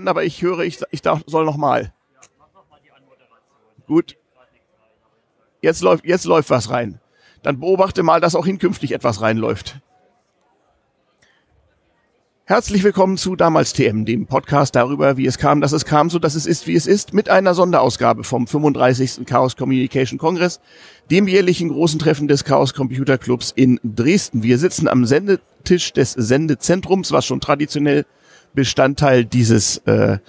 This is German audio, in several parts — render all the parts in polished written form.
verstanden, aber ich höre, ich soll nochmal. Gut. Jetzt läuft was rein. Dann beobachte mal, dass auch hinkünftig etwas reinläuft. Herzlich willkommen zu Damals TM, dem Podcast darüber, wie es kam, dass es kam, so dass es ist, wie es ist, mit einer Sonderausgabe vom 35. Chaos Communication Kongress, dem jährlichen großen Treffen des Chaos Computer Clubs in Dresden. Wir sitzen am Sendetisch des Sendezentrums, was schon traditionell Bestandteil dieses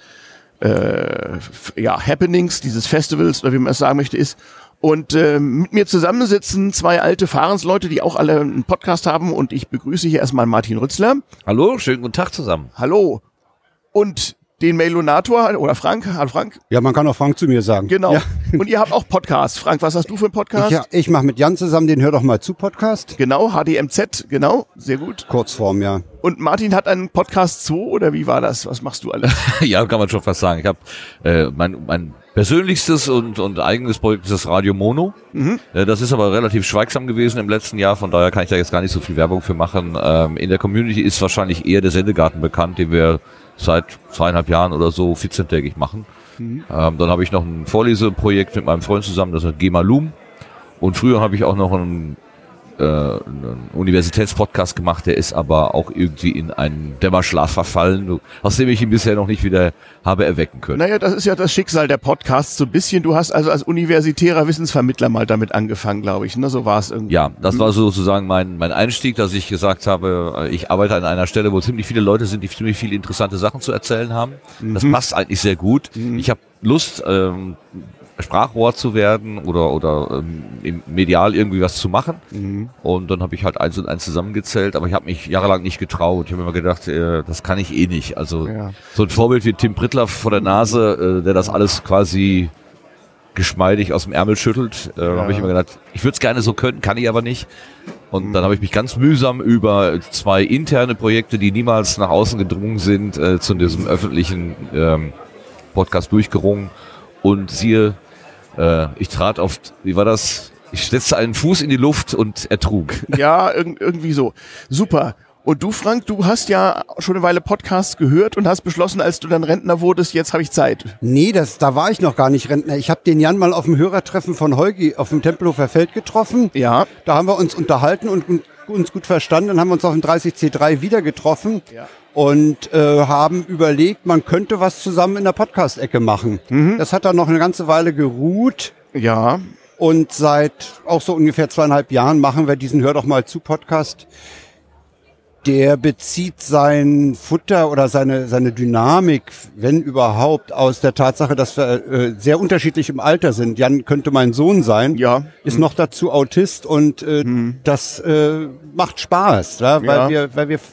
Happenings, dieses Festivals, oder wie man es sagen möchte, ist. Und mit mir zusammensitzen zwei alte Fahrensleute, die auch alle einen Podcast haben. Und ich begrüße hier erstmal Martin Rützler. Hallo, schönen guten Tag zusammen. Hallo. Und den Mailonator, oder Frank. Hallo Frank. Ja, man kann auch Frank zu mir sagen. Genau. Ja. Und ihr habt auch Podcasts. Frank, was hast du für einen Podcast? Ich mache mit Jan zusammen den Hör doch mal zu Podcast. Genau, HDMZ, genau, sehr gut. Kurzform, ja. Und Martin hat einen Podcast 2, oder wie war das? Was machst du alles? Ja, kann man schon fast sagen. Ich habe mein persönlichstes und eigenes Projekt ist das Radio Mono. Mhm. Das ist aber relativ schweigsam gewesen im letzten Jahr, von daher kann ich da jetzt gar nicht so viel Werbung für machen. In der Community ist wahrscheinlich eher der Sendegarten bekannt, den wir seit 2,5 Jahren oder so 14-tägig machen. Mhm. Dann habe ich noch ein Vorleseprojekt mit meinem Freund zusammen, das heißt Gemalum. Und früher habe ich auch noch einen Universitätspodcast gemacht, der ist aber auch irgendwie in einen Dämmerschlaf verfallen, aus dem ich ihn bisher noch nicht wieder habe erwecken können. Naja, das ist ja das Schicksal der Podcasts so ein bisschen. Du hast also als universitärer Wissensvermittler mal damit angefangen, glaube ich, ne? So war es irgendwie. Ja, das war sozusagen mein Einstieg, dass ich gesagt habe, ich arbeite an einer Stelle, wo ziemlich viele Leute sind, die ziemlich viele interessante Sachen zu erzählen haben. Das passt eigentlich sehr gut. Ich habe Lust, Sprachrohr zu werden oder medial irgendwie was zu machen. Mhm. Und dann habe ich halt 1 und 1 zusammengezählt, aber ich habe mich jahrelang nicht getraut. Ich habe mir immer gedacht, das kann ich eh nicht. Also so ein Vorbild wie Tim Pritlove vor der Nase, der das alles quasi geschmeidig aus dem Ärmel schüttelt, habe ich immer gedacht, ich würde es gerne so können, kann ich aber nicht. Und dann habe ich mich ganz mühsam über 2 interne Projekte, die niemals nach außen gedrungen sind, zu diesem öffentlichen Podcast durchgerungen. Und siehe, ich trat auf, wie war das? Ich setzte einen Fuß in die Luft und ertrug. Ja, irgendwie so. Super. Und du, Frank, du hast ja schon eine Weile Podcasts gehört und hast beschlossen, als du dann Rentner wurdest, jetzt habe ich Zeit. Nee, da war ich noch gar nicht Rentner. Ich habe den Jan mal auf dem Hörertreffen von Heugi auf dem Tempelhofer Feld getroffen. Ja. Da haben wir uns unterhalten und uns gut verstanden. Dann haben wir uns auf dem 30C3 wieder getroffen. Ja. Und haben überlegt, man könnte was zusammen in der Podcast-Ecke machen. Mhm. Das hat dann noch eine ganze Weile geruht. Ja. Und seit auch so ungefähr 2,5 Jahren machen wir diesen Hör doch mal zu Podcast. Der bezieht sein Futter oder seine Dynamik, wenn überhaupt, aus der Tatsache, dass wir sehr unterschiedlich im Alter sind. Jan könnte mein Sohn sein, ist noch dazu Autist und das macht Spaß, ja? Weil wir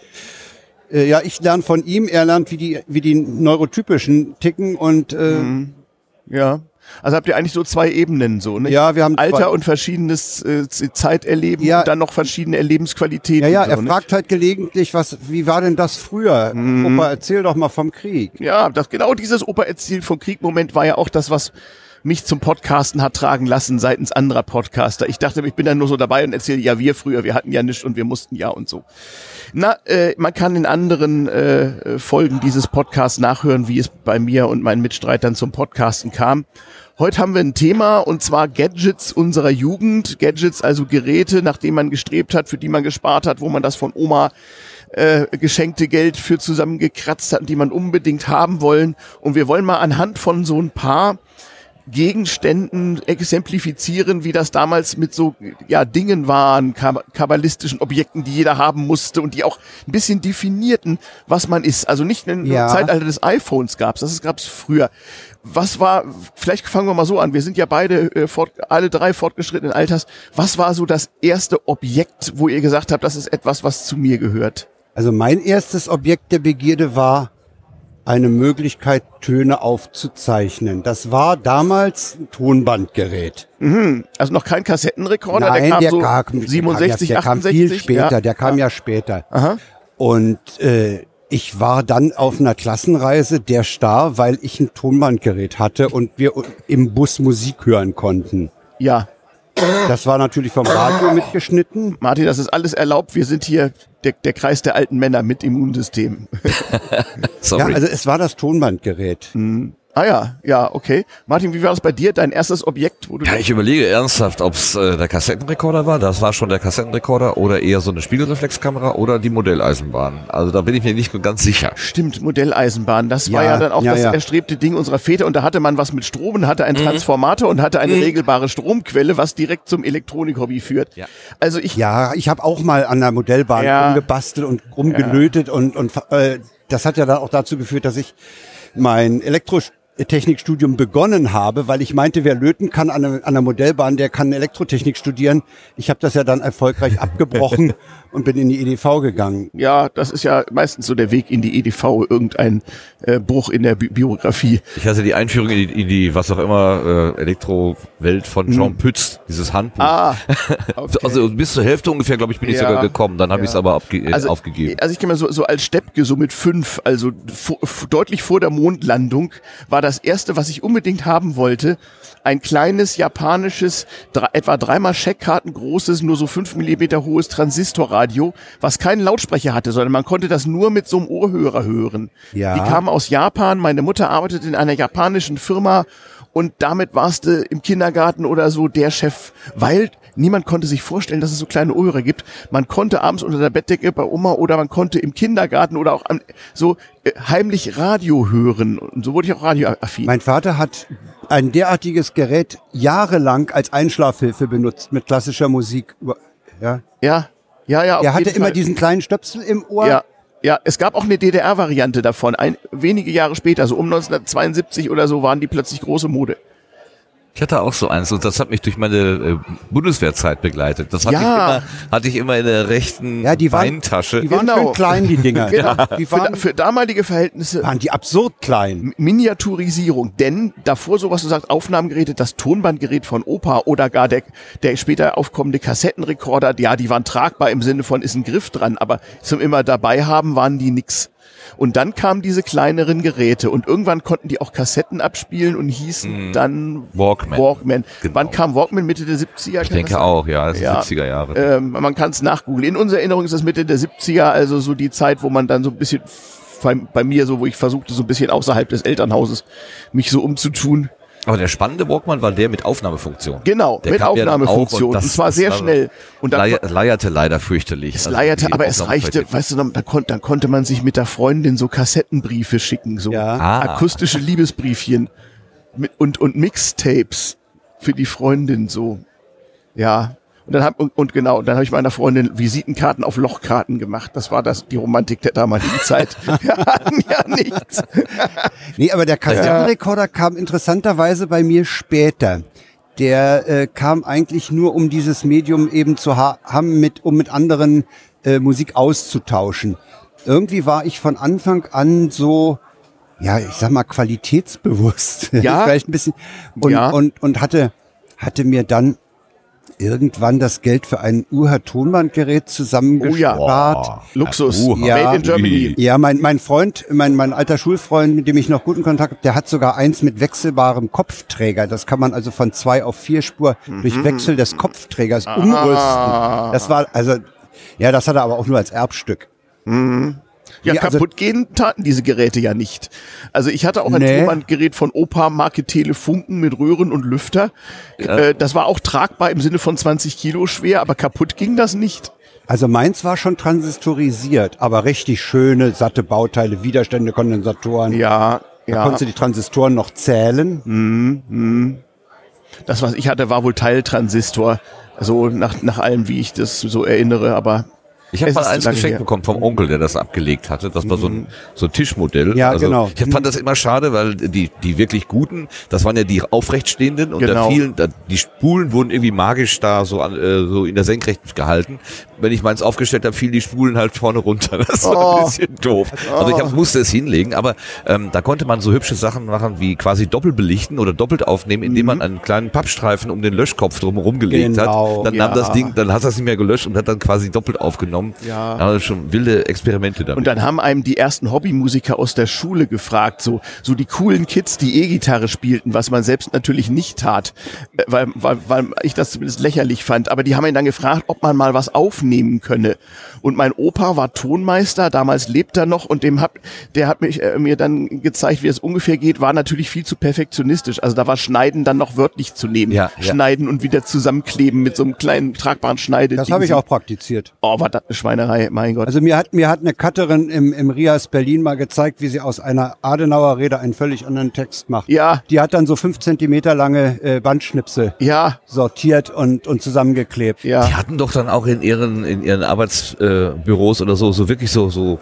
ich lerne von ihm, er lernt, wie die neurotypischen ticken und ja. Also habt ihr eigentlich so 2 Ebenen so, ne? Ja, wir haben Alter und verschiedenes Zeiterleben und dann noch verschiedene Erlebensqualitäten. Ja, so, er fragt halt gelegentlich, wie war denn das früher? Opa, erzähl doch mal vom Krieg. Ja, genau dieses Opa erzählt vom Krieg-Moment war ja auch das, was mich zum Podcasten hat tragen lassen seitens anderer Podcaster. Ich dachte, ich bin dann nur so dabei und erzähle, ja, wir früher, wir hatten ja nichts und wir mussten ja und so. Na, man kann in anderen Folgen dieses Podcasts nachhören, wie es bei mir und meinen Mitstreitern zum Podcasten kam. Heute haben wir ein Thema, und zwar Gadgets unserer Jugend. Gadgets, also Geräte, nach denen man gestrebt hat, für die man gespart hat, wo man das von Oma geschenkte Geld für zusammengekratzt hat und die man unbedingt haben wollen. Und wir wollen mal anhand von so ein paar Gegenständen exemplifizieren, wie das damals mit so Dingen waren, kabbalistischen Objekten, die jeder haben musste und die auch ein bisschen definierten, was man ist. Also nicht im Zeitalter des iPhones gab's früher. Was war, vielleicht fangen wir mal so an, wir sind ja beide alle 3 fortgeschrittenen Alters. Was war so das erste Objekt, wo ihr gesagt habt, das ist etwas, was zu mir gehört? Also mein erstes Objekt der Begierde war eine Möglichkeit, Töne aufzuzeichnen. Das war damals ein Tonbandgerät. Mhm. Also noch kein Kassettenrekorder? Nein, der kam so 67, der 68? Kam viel später, der kam ja später. Aha. Und ich war dann auf einer Klassenreise der Star, weil ich ein Tonbandgerät hatte und wir im Bus Musik hören konnten. Ja. Das war natürlich vom Radio mitgeschnitten. Martin, das ist alles erlaubt. Wir sind hier der Kreis der alten Männer mit Immunsystem. Sorry. Ja, also es war das Tonbandgerät. Ja, okay. Martin, wie war das bei dir? Dein erstes Objekt? Wo du ich überlege ernsthaft, ob es der Kassettenrekorder war, das war schon der Kassettenrekorder, oder eher so eine Spiegelreflexkamera oder die Modelleisenbahn. Also da bin ich mir nicht ganz sicher. Stimmt, Modelleisenbahn. Das war ja dann auch das erstrebte Ding unserer Väter. Und da hatte man was mit Strom und hatte einen Transformator und hatte eine regelbare Stromquelle, was direkt zum Elektronik-Hobby führt. Ja. Also ich habe auch mal an der Modellbahn rumgebastelt und rumgelötet und das hat ja dann auch dazu geführt, dass ich mein Elektrotechnikstudium begonnen habe, weil ich meinte, wer löten kann an einer Modellbahn, der kann Elektrotechnik studieren. Ich habe das ja dann erfolgreich abgebrochen und bin in die EDV gegangen. Ja, das ist ja meistens so der Weg in die EDV, irgendein Bruch in der Biografie. Ich hatte die Einführung in die was auch immer, Elektrowelt von Jean Pütz, dieses Handbuch. Okay. Also bis zur Hälfte ungefähr, glaube ich, bin ich sogar gekommen. Dann habe ich es aber aufgegeben. Also ich kenne mal so als Steppke, so mit 5, also deutlich vor der Mondlandung, war das erste, was ich unbedingt haben wollte, ein kleines japanisches, etwa 3x Scheckkarten großes, nur so 5 mm hohes Transistorradio, was keinen Lautsprecher hatte, sondern man konnte das nur mit so einem Ohrhörer hören. Ja. Die kamen aus Japan, meine Mutter arbeitet in einer japanischen Firma und damit warst du im Kindergarten oder so der Chef, weil niemand konnte sich vorstellen, dass es so kleine Ohrhörer gibt. Man konnte abends unter der Bettdecke bei Oma oder man konnte im Kindergarten oder auch heimlich Radio hören. Und so wurde ich auch radioaffin. Mein Vater hat ein derartiges Gerät jahrelang als Einschlafhilfe benutzt mit klassischer Musik. Ja. Er hatte immer diesen kleinen Stöpsel im Ohr. Ja, es gab auch eine DDR-Variante davon. Wenige Jahre später, so um 1972 oder so, waren die plötzlich große Mode. Ich hatte auch so eins und das hat mich durch meine Bundeswehrzeit begleitet. Das hatte ich immer in der rechten Beintasche. Die waren schön klein, die Dinger. Genau. Die waren für damalige Verhältnisse waren die absurd klein. Miniaturisierung, denn davor so, was du sagst, Aufnahmegeräte, das Tonbandgerät von Opa oder gar der später aufkommende Kassettenrekorder, die waren tragbar im Sinne von ist ein Griff dran, aber zum immer dabei haben waren die nix. Und dann kamen diese kleineren Geräte und irgendwann konnten die auch Kassetten abspielen und hießen dann Walkman. Genau. Wann kam Walkman? Mitte der 70er? Ich denke auch, das sind 70er Jahre. Man kann es nachgoogeln. In unserer Erinnerung ist das Mitte der 70er, also so die Zeit, wo man dann so ein bisschen, bei mir so, wo ich versuchte, so ein bisschen außerhalb des Elternhauses mich so umzutun. Aber der spannende Walkman war der mit Aufnahmefunktion. Genau, mit Aufnahmefunktion. Und zwar sehr schnell. Und dann leierte leider fürchterlich. Es leierte, aber es reichte, weißt du, dann konnte man sich mit der Freundin so Kassettenbriefe schicken, so akustische Liebesbriefchen und Mixtapes für die Freundin, so. Ja. Und dann habe ich meiner Freundin Visitenkarten auf Lochkarten gemacht. Das war die Romantik der damaligen Zeit. Wir hatten ja nichts. Nee, aber der Kassettenrekorder kam interessanterweise bei mir später. Der kam eigentlich nur, um dieses Medium eben zu haben, um mit anderen Musik auszutauschen. Irgendwie war ich von Anfang an so, ich sag mal, qualitätsbewusst. Ja. Vielleicht ein bisschen. Und hatte mir dann irgendwann das Geld für ein UHA-Tonbandgerät zusammengespart. Luxus. Made in Germany. Ja, mein Freund, mein alter Schulfreund, mit dem ich noch guten Kontakt habe, der hat sogar eins mit wechselbarem Kopfträger. Das kann man also von 2 auf 4 Spur durch Wechsel des Kopfträgers umrüsten. Das war, das hat er aber auch nur als Erbstück. Ja, kaputt gehen taten diese Geräte ja nicht. Also ich hatte auch ein Tonbandgerät von Opa, Marke Telefunken mit Röhren und Lüfter. Ja. Das war auch tragbar im Sinne von 20 Kilo schwer, aber kaputt ging das nicht. Also meins war schon transistorisiert, aber richtig schöne, satte Bauteile, Widerstände, Kondensatoren. Ja. Da konntest du die Transistoren noch zählen. Das, was ich hatte, war wohl Teiltransistor. Also nach allem, wie ich das so erinnere, aber... Ich habe mal eins geschenkt bekommen vom Onkel, der das abgelegt hatte. Das war so ein Tischmodell. Ja, also, genau. Ich fand das immer schade, weil die wirklich guten, das waren ja die aufrechtstehenden und die Spulen wurden irgendwie magisch da so in der Senkrechten gehalten. Wenn ich meins aufgestellt habe, fielen die Spulen halt vorne runter. Das war ein bisschen doof. Also ich musste es hinlegen, aber da konnte man so hübsche Sachen machen, wie quasi doppelt belichten oder doppelt aufnehmen, indem man einen kleinen Pappstreifen um den Löschkopf drumherum gelegt hat. Dann nahm das Ding, dann hat das nicht mehr gelöscht und hat dann quasi doppelt aufgenommen. genommen. Ja. Also schon wilde Experimente damit. Und dann haben einem die ersten Hobbymusiker aus der Schule gefragt, so die coolen Kids, die E-Gitarre spielten, was man selbst natürlich nicht tat, weil ich das zumindest lächerlich fand. Aber die haben ihn dann gefragt, ob man mal was aufnehmen könne. Und mein Opa war Tonmeister, damals lebt er noch, und der hat mir dann gezeigt, wie es ungefähr geht, war natürlich viel zu perfektionistisch. Also da war Schneiden dann noch wörtlich zu nehmen. Ja. Schneiden und wieder zusammenkleben mit so einem kleinen tragbaren Schneide. Das habe ich auch praktiziert. Oh, war das eine Schweinerei, mein Gott. Also mir hat eine Cutterin im Rias Berlin mal gezeigt, wie sie aus einer Adenauer-Rede einen völlig anderen Text macht. Ja. Die hat dann so 5 Zentimeter lange Bandschnipsel sortiert und zusammengeklebt. Ja. Die hatten doch dann auch in ihren Arbeitsbüros oder so wirklich so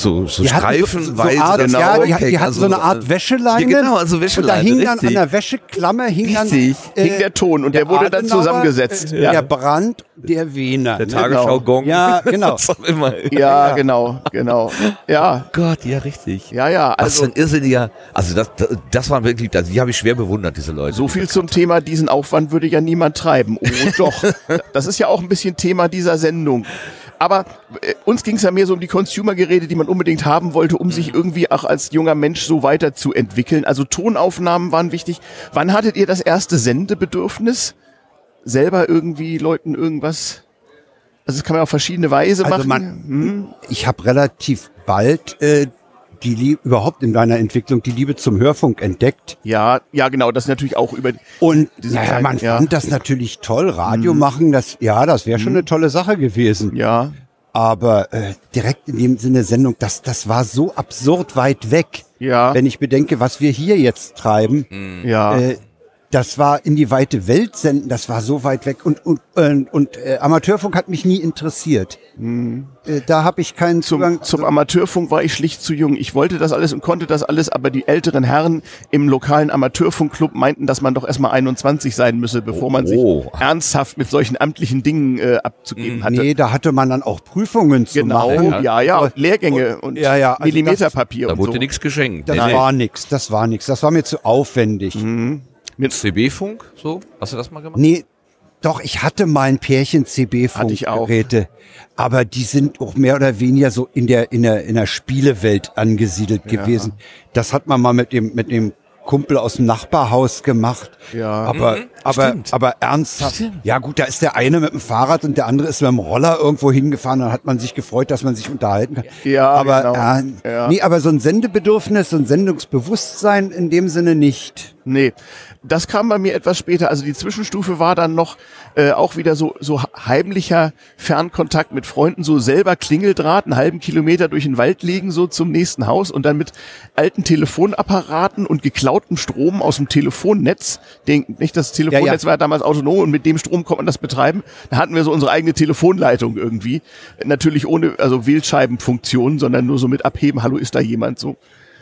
streifenweise. Die hatten so eine Art Wäscheleine. Ja, genau, also Wäscheleine. Und da hing dann an der Wäscheklammer hing der Ton und der wurde dann zusammengesetzt. Der Brand der Wiener. Der Tagesschau-Gong. Ja, genau. Was auch immer. Ja, genau. Ja. Gott, ja, richtig. Ja. Also, was ein irrsinniger, also das waren wirklich, die habe ich schwer bewundert, diese Leute. So viel zum Thema, diesen Aufwand würde ja niemand treiben. Oh, doch. Das ist ja auch ein bisschen Thema dieser Sendung. Aber uns ging es ja mehr so um die Consumer-Geräte, die man unbedingt haben wollte, um sich irgendwie auch als junger Mensch so weiterzuentwickeln. Also Tonaufnahmen waren wichtig. Wann hattet ihr das erste Sendebedürfnis? Selber irgendwie Leuten irgendwas? Also das kann man auf verschiedene Weise machen. Ich habe relativ bald die Liebe überhaupt in deiner Entwicklung, die Liebe zum Hörfunk entdeckt. Ja, genau, das natürlich auch über und man fand das natürlich toll, Radio machen, das wäre schon eine tolle Sache gewesen. Ja. Aber direkt in dem Sinne Sendung, das war so absurd weit weg. Ja. Wenn ich bedenke, was wir hier jetzt treiben. Ja. Das war in die weite Welt senden, das war so weit weg und Amateurfunk hat mich nie interessiert. Da habe ich keinen Zugang. Zum Amateurfunk war ich schlicht zu jung. Ich wollte das alles und konnte das alles, aber die älteren Herren im lokalen Amateurfunkclub meinten, dass man doch erstmal 21 sein müsse, bevor man sich ernsthaft mit solchen amtlichen Dingen abzugeben hatte. Nee, da hatte man dann auch Prüfungen zu machen. Genau, ja, Lehrgänge und also Millimeterpapier da wurde dir nichts geschenkt. Das war nichts. Das war mir zu aufwendig. Mit CB-Funk, so? Hast du das mal gemacht? Nee, doch, ich hatte mal ein Pärchen CB-Funkgeräte, aber die sind auch mehr oder weniger so in der Spielewelt angesiedelt gewesen. Das hat man mal mit dem Kumpel aus dem Nachbarhaus gemacht. Ja. Aber ernsthaft. Stimmt. Ja gut, da ist der eine mit dem Fahrrad und der andere ist mit dem Roller irgendwo hingefahren. Dann hat man sich gefreut, dass man sich unterhalten kann. Ja, aber genau. Nee, aber so ein Sendebedürfnis, so ein Sendungsbewusstsein in dem Sinne nicht. Nee, das kam bei mir etwas später. Also die Zwischenstufe war dann noch auch wieder so heimlicher Fernkontakt mit Freunden, so selber Klingeldraht einen halben Kilometer durch den Wald legen, so zum nächsten Haus und dann mit alten Telefonapparaten und geklautem Strom aus dem Telefonnetz, das Telefonnetz war ja damals autonom und mit dem Strom konnte man das betreiben. Da hatten wir so unsere eigene Telefonleitung irgendwie. Natürlich ohne Wählscheibenfunktion, sondern nur so mit Abheben, hallo, ist da jemand so.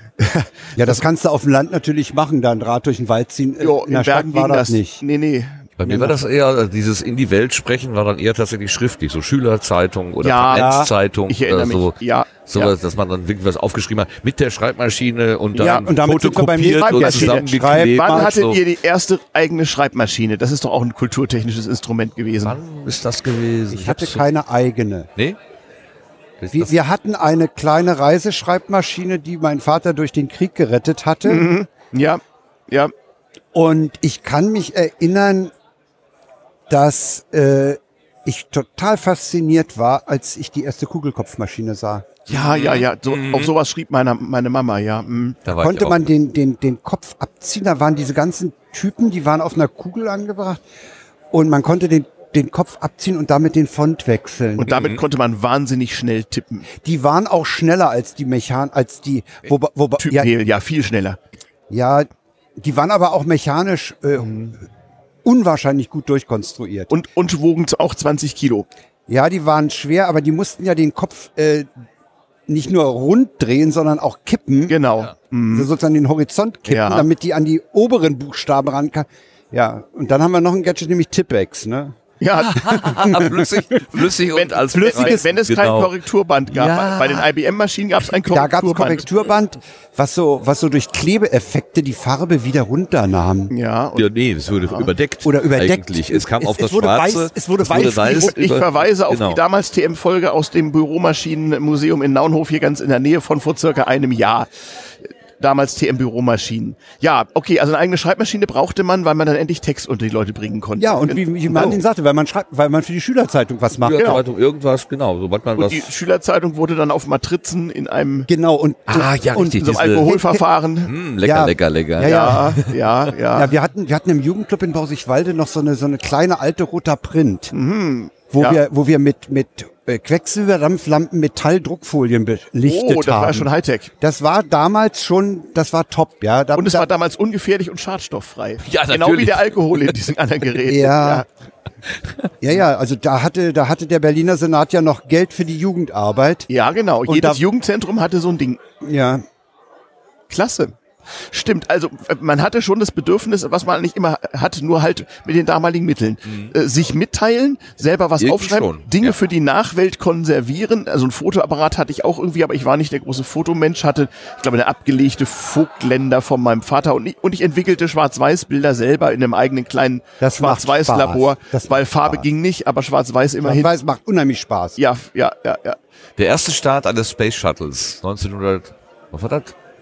Ja, das kannst du auf dem Land natürlich machen, da ein Draht durch den Wald ziehen. Jo, in der Stadt war das nicht. Nee. Bei mir war das eher, dieses in die Welt sprechen war dann eher tatsächlich schriftlich, so Schülerzeitung oder Vereinszeitung oder so. Sowas, dass man dann wirklich was aufgeschrieben hat mit der Schreibmaschine und dann fotokopiert und zusammengeklebt. Wann hattet ihr die erste eigene Schreibmaschine? Das ist doch auch ein kulturtechnisches Instrument gewesen. Wann ist das gewesen? Ich hatte keine eigene. Nee? Wir hatten eine kleine Reiseschreibmaschine, die mein Vater durch den Krieg gerettet hatte. Mhm. Ja. Und ich kann mich erinnern, dass ich total fasziniert war, als ich die erste Kugelkopfmaschine sah. Ja. Auf sowas schrieb meine Mama, ja. Da konnte man den Kopf abziehen. Da waren diese ganzen Typen, die waren auf einer Kugel angebracht. Und man konnte den Kopf abziehen und damit den Font wechseln. Und damit konnte man wahnsinnig schnell tippen. Die waren auch schneller als die Typenhebel, viel schneller. Ja, die waren aber auch mechanisch unwahrscheinlich gut durchkonstruiert. Und wogen auch 20 Kilo. Ja, die waren schwer, aber die mussten ja den Kopf nicht nur rund drehen, sondern auch kippen. Genau. Ja. Also sozusagen den Horizont kippen, damit die an die oberen Buchstaben rankamen. Ja, und dann haben wir noch ein Gadget, nämlich Tippex, ne? Ja, flüssig und als flüssiges, wenn es kein Korrekturband gab. Ja. Bei den IBM-Maschinen gab es ein Korrekturband. Da gab es Korrekturband, was so durch Klebeeffekte die Farbe wieder runternahm. Ja, nee, es wurde überdeckt. Oder überdeckt. Eigentlich. Es kam auf das Schwarze. Weiß, es wurde weiß. Ich verweise auf die damals TM-Folge aus dem Büromaschinenmuseum in Naunhof, hier ganz in der Nähe von vor circa einem Jahr. Damals TM-Büromaschinen. Ja, okay, also eine eigene Schreibmaschine brauchte man, weil man dann endlich Text unter die Leute bringen konnte. Ja, und wie Martin sagte, weil man schreibt, weil man für die Schülerzeitung was macht. Schülerzeitung, irgendwas, genau. Sobald man und die Schülerzeitung wurde dann auf Matrizen in einem richtig, so einem Alkoholverfahren. Lecker. Ja, wir hatten im Jugendclub in Borsigwalde noch so eine kleine alte roter Print, wo wir mit Quecksilberdampflampen Metalldruckfolien belichtet haben. Oh, das war schon Hightech. Das war damals das war top, ja. Und es war damals ungefährlich und schadstofffrei. Ja, natürlich. Genau wie der Alkohol in diesen anderen Geräten. Ja, also da hatte der Berliner Senat ja noch Geld für die Jugendarbeit. Ja, genau. Und jedes Jugendzentrum hatte so ein Ding. Ja. Klasse. Stimmt, also man hatte schon das Bedürfnis, was man nicht immer hat, nur halt mit den damaligen Mitteln. Sich mitteilen, selber was aufschreiben, Dinge für die Nachwelt konservieren. Also ein Fotoapparat hatte ich auch irgendwie, aber ich war nicht der große Fotomensch, hatte, ich glaube, eine abgelegte Vogtländer von meinem Vater und ich entwickelte Schwarz-Weiß-Bilder selber in einem eigenen kleinen Schwarz-Weiß-Labor, weil Farbe ging nicht, aber Schwarz-Weiß immerhin. Schwarz-Weiß macht unheimlich Spaß. Ja. Der erste Start eines Space Shuttles, 1900, was war das?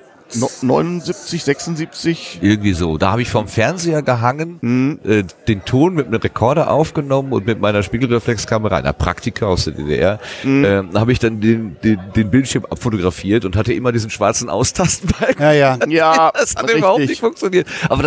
79, 76. Irgendwie so. Da habe ich vom Fernseher gehangen, den Ton mit einem Rekorder aufgenommen und mit meiner Spiegelreflexkamera, einer Praktika aus der DDR, habe ich dann den Bildschirm abfotografiert und hatte immer diesen schwarzen Austastenbalken. Ja, das hat überhaupt nicht funktioniert. Aber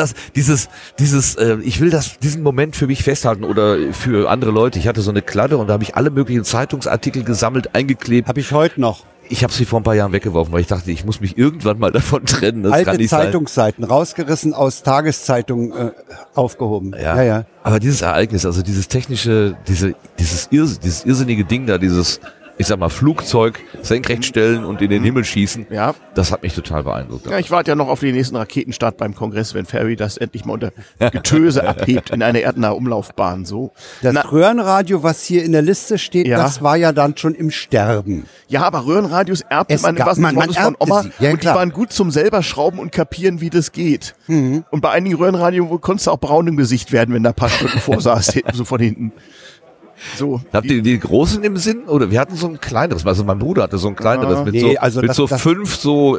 ich will diesen Moment für mich festhalten oder für andere Leute. Ich hatte so eine Kladde und da habe ich alle möglichen Zeitungsartikel gesammelt, eingeklebt. Habe ich heute noch. Ich habe sie vor ein paar Jahren weggeworfen, weil ich dachte, ich muss mich irgendwann mal davon trennen. Das alte kann nicht Zeitungsseiten rausgerissen, aus Tageszeitungen aufgehoben. Ja. Aber dieses Ereignis, also dieses technische, dieses irrsinnige Ding da, dieses, ich sag mal, Flugzeug senkrecht stellen und in den Himmel schießen, das hat mich total beeindruckt. Ja, ich warte ja noch auf den nächsten Raketenstart beim Kongress, wenn Ferry das endlich mal unter Getöse abhebt in eine erdnahe Umlaufbahn. So. Das Röhrenradio, was hier in der Liste steht, das war ja dann schon im Sterben. Ja, aber Röhrenradios erbte man von Oma und die waren gut zum selber schrauben und kapieren, wie das geht. Und bei einigen Röhrenradien konntest du auch braun im Gesicht werden, wenn da ein paar Stunden vorsaß, so von hinten. So. Habt ihr die großen im Sinn? Oder wir hatten so ein kleineres, also mein Bruder hatte so ein kleineres mit fünf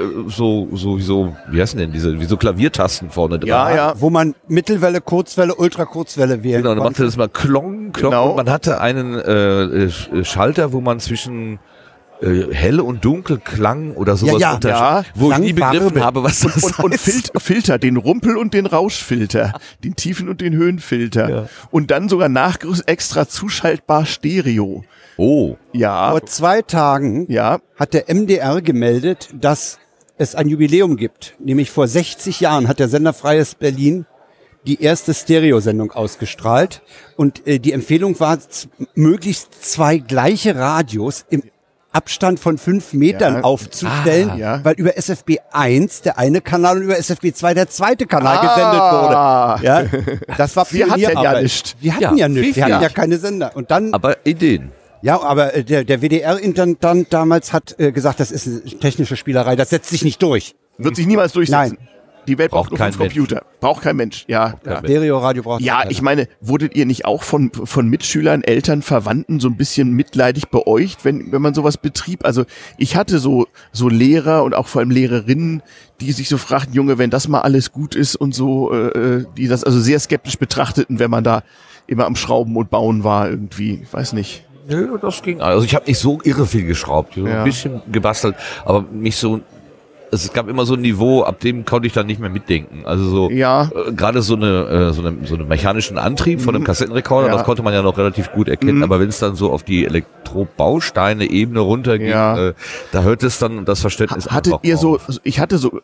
wie heißen denn diese, wie so Klaviertasten vorne dran. Ja. Wo man Mittelwelle, Kurzwelle, Ultrakurzwelle wählen konnte. Genau, dann machte das mal Klong. Und man hatte einen Schalter, wo man zwischen hell und dunkel Klang oder sowas wo ich nie begriffen habe, was das heißt. Und Filter, den Rumpel- und den Rauschfilter, den Tiefen- und den Höhenfilter. Ja. Und dann sogar nachgerüstet extra zuschaltbar Stereo. Oh. Ja. Vor 2 Tagen hat der MDR gemeldet, dass es ein Jubiläum gibt. Nämlich vor 60 Jahren hat der Sender Freies Berlin die erste Stereosendung ausgestrahlt. Und die Empfehlung war, möglichst 2 gleiche Radios im Abstand von 5 Metern aufzustellen, weil über SFB 1 der eine Kanal und über SFB 2 der zweite Kanal gesendet wurde. Ja, das war Pionierarbeit. Wir hatten ja nichts. Wir hatten ja keine Sender. Und dann, aber Ideen. Ja, aber der WDR-Intendant damals hat gesagt, das ist eine technische Spielerei, das setzt sich nicht durch. Wird sich niemals durchsetzen. Nein. Die Welt braucht nur 5 Computer. Braucht kein Mensch. Ja. Stereoradio braucht keiner. Ja, ich meine, wurdet ihr nicht auch von Mitschülern, Eltern, Verwandten so ein bisschen mitleidig beäugt, wenn man sowas betrieb? Also ich hatte so Lehrer und auch vor allem Lehrerinnen, die sich so fragten, Junge, wenn das mal alles gut ist und so, die das also sehr skeptisch betrachteten, wenn man da immer am Schrauben und Bauen war irgendwie. Ich weiß nicht. Nö, das ging. Also ich habe nicht so irre viel geschraubt, so ein bisschen gebastelt, aber mich so. Es gab immer so ein Niveau, ab dem konnte ich dann nicht mehr mitdenken. Also so gerade so eine mechanischen Antrieb von einem Kassettenrekorder, das konnte man ja noch relativ gut erkennen. Aber wenn es dann so auf die Elektrobausteine-Ebene runterging, da hörte es dann das Verständnis. Hattet ihr so? Ich hatte so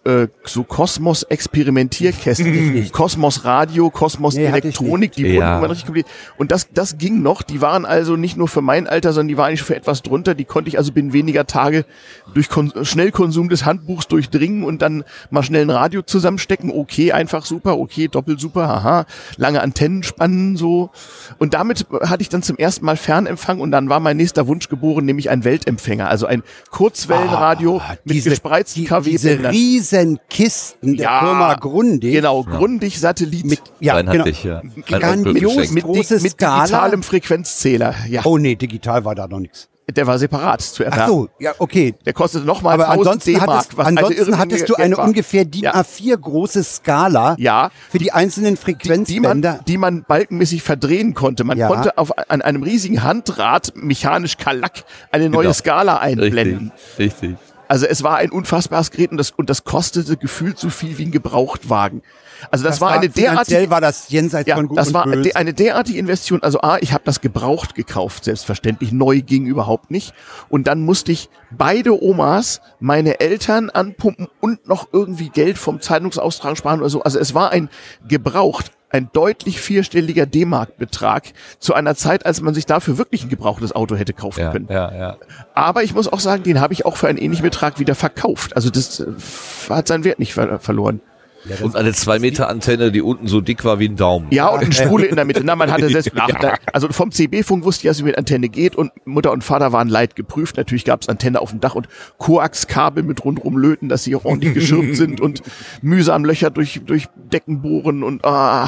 Kosmos-Experimentierkästen, Kosmos Radio, Kosmos Elektronik, die wurden immer richtig kompliziert. Und das ging noch. Die waren also nicht nur für mein Alter, sondern die waren eigentlich für etwas drunter. Die konnte ich also binnen weniger Tage durch Schnellkonsum des Handbuchs durch durchdringen und dann mal schnell ein Radio zusammenstecken. Okay, einfach super, okay, doppelt super, haha. Lange Antennen spannen, so. Und damit hatte ich dann zum ersten Mal Fernempfang und dann war mein nächster Wunsch geboren, nämlich ein Weltempfänger, also ein Kurzwellenradio mit gespreizten KW-Bändern. Diese riesen Kisten der Firma Grundig. Genau, Grundig-Satellit. Mit digitalem Frequenzzähler. Ja. Oh nee, digital war da noch nichts. Der war separat zu erwerben. Ach so, ja, okay. Der kostete nochmal 1000 D-Mark. Ansonsten hattest du eine ungefähr DIN A4 große Skala für die einzelnen Frequenzbänder. Die man balkenmäßig verdrehen konnte. Man konnte an einem riesigen Handrad mechanisch Kalack eine neue Skala einblenden. Richtig. Also es war ein unfassbares Gerät und das kostete gefühlt so viel wie ein Gebrauchtwagen. Also das war eine derartige, war das jenseits von Gut das war und Böse. eine derartige Investition. Also ich habe das gebraucht gekauft, selbstverständlich. Neu ging überhaupt nicht. Und dann musste ich beide Omas, meine Eltern anpumpen und noch irgendwie Geld vom Zeitungsaustragen sparen oder so. Also es war ein deutlich vierstelliger D-Mark-Betrag zu einer Zeit, als man sich dafür wirklich ein gebrauchtes Auto hätte kaufen können. Ja. Aber ich muss auch sagen, den habe ich auch für einen ähnlichen Betrag wieder verkauft. Also das hat seinen Wert nicht verloren. Ja, und eine 2 Meter Antenne, die unten so dick war wie ein Daumen. Ja, und eine Spule in der Mitte. Na, man hatte also vom CB-Funk wusste ich, dass es mit Antenne geht und Mutter und Vater waren leidgeprüft. Natürlich gab es Antenne auf dem Dach und Koaxkabel mit rundrum löten, dass sie auch ordentlich geschirmt sind und mühsam Löcher durch Decken bohren und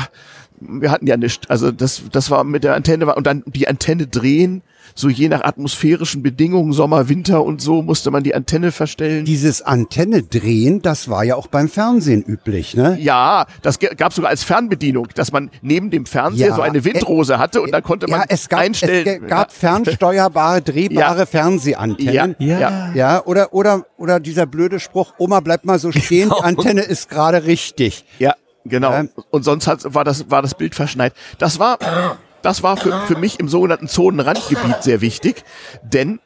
wir hatten ja nichts. Also das war mit der Antenne und dann die Antenne drehen. So je nach atmosphärischen Bedingungen, Sommer, Winter und so, musste man die Antenne verstellen. Dieses Antenne drehen, das war ja auch beim Fernsehen üblich, ne? Ja, das gab sogar als Fernbedienung, dass man neben dem Fernseher so eine Windrose hatte und dann konnte man einstellen. Es gab fernsteuerbare, drehbare Fernsehantennen. Ja, oder dieser blöde Spruch, Oma, bleib mal so stehen, die Antenne ist gerade richtig. Ja, genau. Und sonst war das Bild verschneit. Das war für mich im sogenannten Zonenrandgebiet sehr wichtig, denn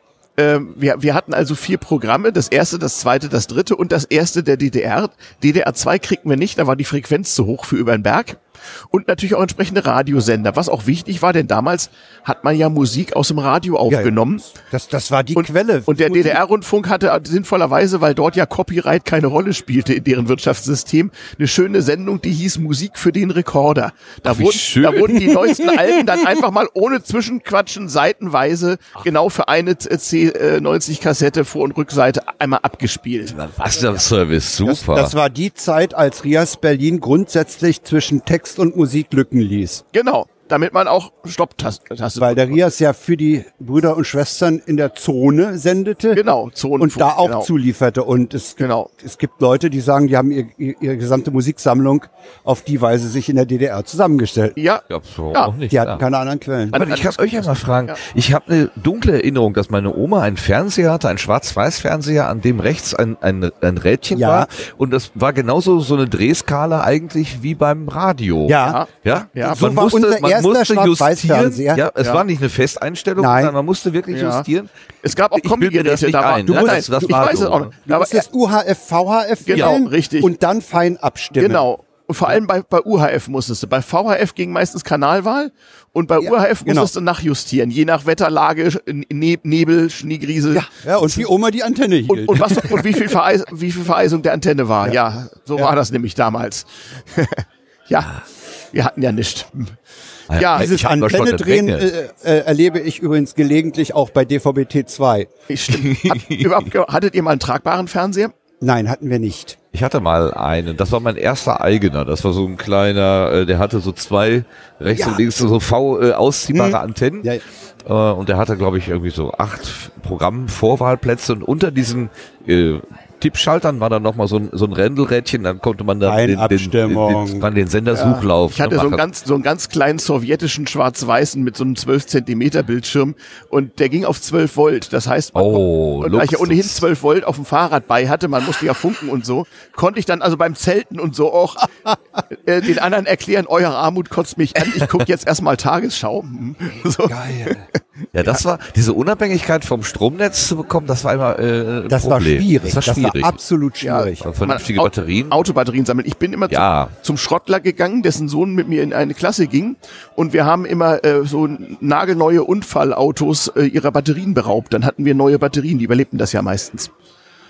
wir hatten also 4 Programme, das erste, das zweite, das dritte und das erste der DDR. DDR 2 kriegten wir nicht, da war die Frequenz zu hoch für über den Berg. Und natürlich auch entsprechende Radiosender, was auch wichtig war, denn damals hat man ja Musik aus dem Radio aufgenommen. Ja, das war die Quelle. Und der DDR-Rundfunk hatte sinnvollerweise, weil dort ja Copyright keine Rolle spielte in deren Wirtschaftssystem, eine schöne Sendung, die hieß Musik für den Rekorder. Da wurden die neuesten Alben dann einfach mal ohne Zwischenquatschen seitenweise genau für eine C90-Kassette Vor- und Rückseite einmal abgespielt. Was der Service, super. Das war die Zeit, als Rias Berlin grundsätzlich zwischen Text und Musik Lücken ließ. Genau, damit man auch Stopptaste. Weil der Rias ja für die Brüder und Schwestern in der Zone sendete. Genau, Zonenfunk. Und da auch zulieferte. Und es gibt Leute, die sagen, die haben ihre gesamte Musiksammlung auf die Weise sich in der DDR zusammengestellt. Ja. Auch nicht. Die hatten keine anderen Quellen. Aber ich kann euch ja mal fragen. Ja. Ich habe eine dunkle Erinnerung, dass meine Oma einen Fernseher hatte, einen Schwarz-Weiß-Fernseher, an dem rechts ein Rädchen war. Und das war genauso so eine Drehskala eigentlich wie beim Radio. Ja. So war unser erster Schwarz-Weiß-Fernseher. Ja, es war nicht eine Festeinstellung, sondern man musste wirklich justieren. Es gab auch Kombigeräte da. Ich weiß es auch nicht. Du musstest UHF, VHF wählen richtig. Und dann fein abstimmen. Genau. Und vor allem bei UHF musstest du. Bei VHF ging meistens Kanalwahl und bei UHF musstest du nachjustieren, je nach Wetterlage, Nebel, Schneegriesel. Ja, und wie Oma die Antenne hielt. Und wie viel Vereisung der Antenne war. Ja, so war das nämlich damals. Ja, wir hatten ja nichts. Ja, dieses Antenne-Drehen erlebe ich übrigens gelegentlich auch bei DVB-T2. Stimmt. Hattet ihr mal einen tragbaren Fernseher? Nein, hatten wir nicht. Ich hatte mal einen. Das war mein erster eigener. Das war so ein kleiner, der hatte so 2 rechts und links so ausziehbare Antennen. Ja. Und der hatte, glaube ich, irgendwie so 8 Programmvorwahlplätze und unter diesen Tippschaltern war dann nochmal so ein Rändelrädchen, dann konnte man da den Sendersuchlauf. Ich hatte so einen ganz kleinen sowjetischen schwarz-weißen mit so einem 12 Zentimeter Bildschirm und der ging auf 12 Volt. Das heißt, da ich ja ohnehin 12 Volt auf dem Fahrrad bei hatte, man musste ja funken und so, konnte ich dann also beim Zelten und so auch den anderen erklären, eure Armut kotzt mich an, ich gucke jetzt erstmal Tagesschau. So. Geil. Ja, das war, diese Unabhängigkeit vom Stromnetz zu bekommen, das war immer das war schwierig. Das war absolut schwierig. Ja, vernünftige Batterien. Autobatterien sammeln. Ich bin immer zum Schrottler gegangen, dessen Sohn mit mir in eine Klasse ging und wir haben immer so nagelneue Unfallautos ihrer Batterien beraubt. Dann hatten wir neue Batterien, die überlebten das ja meistens.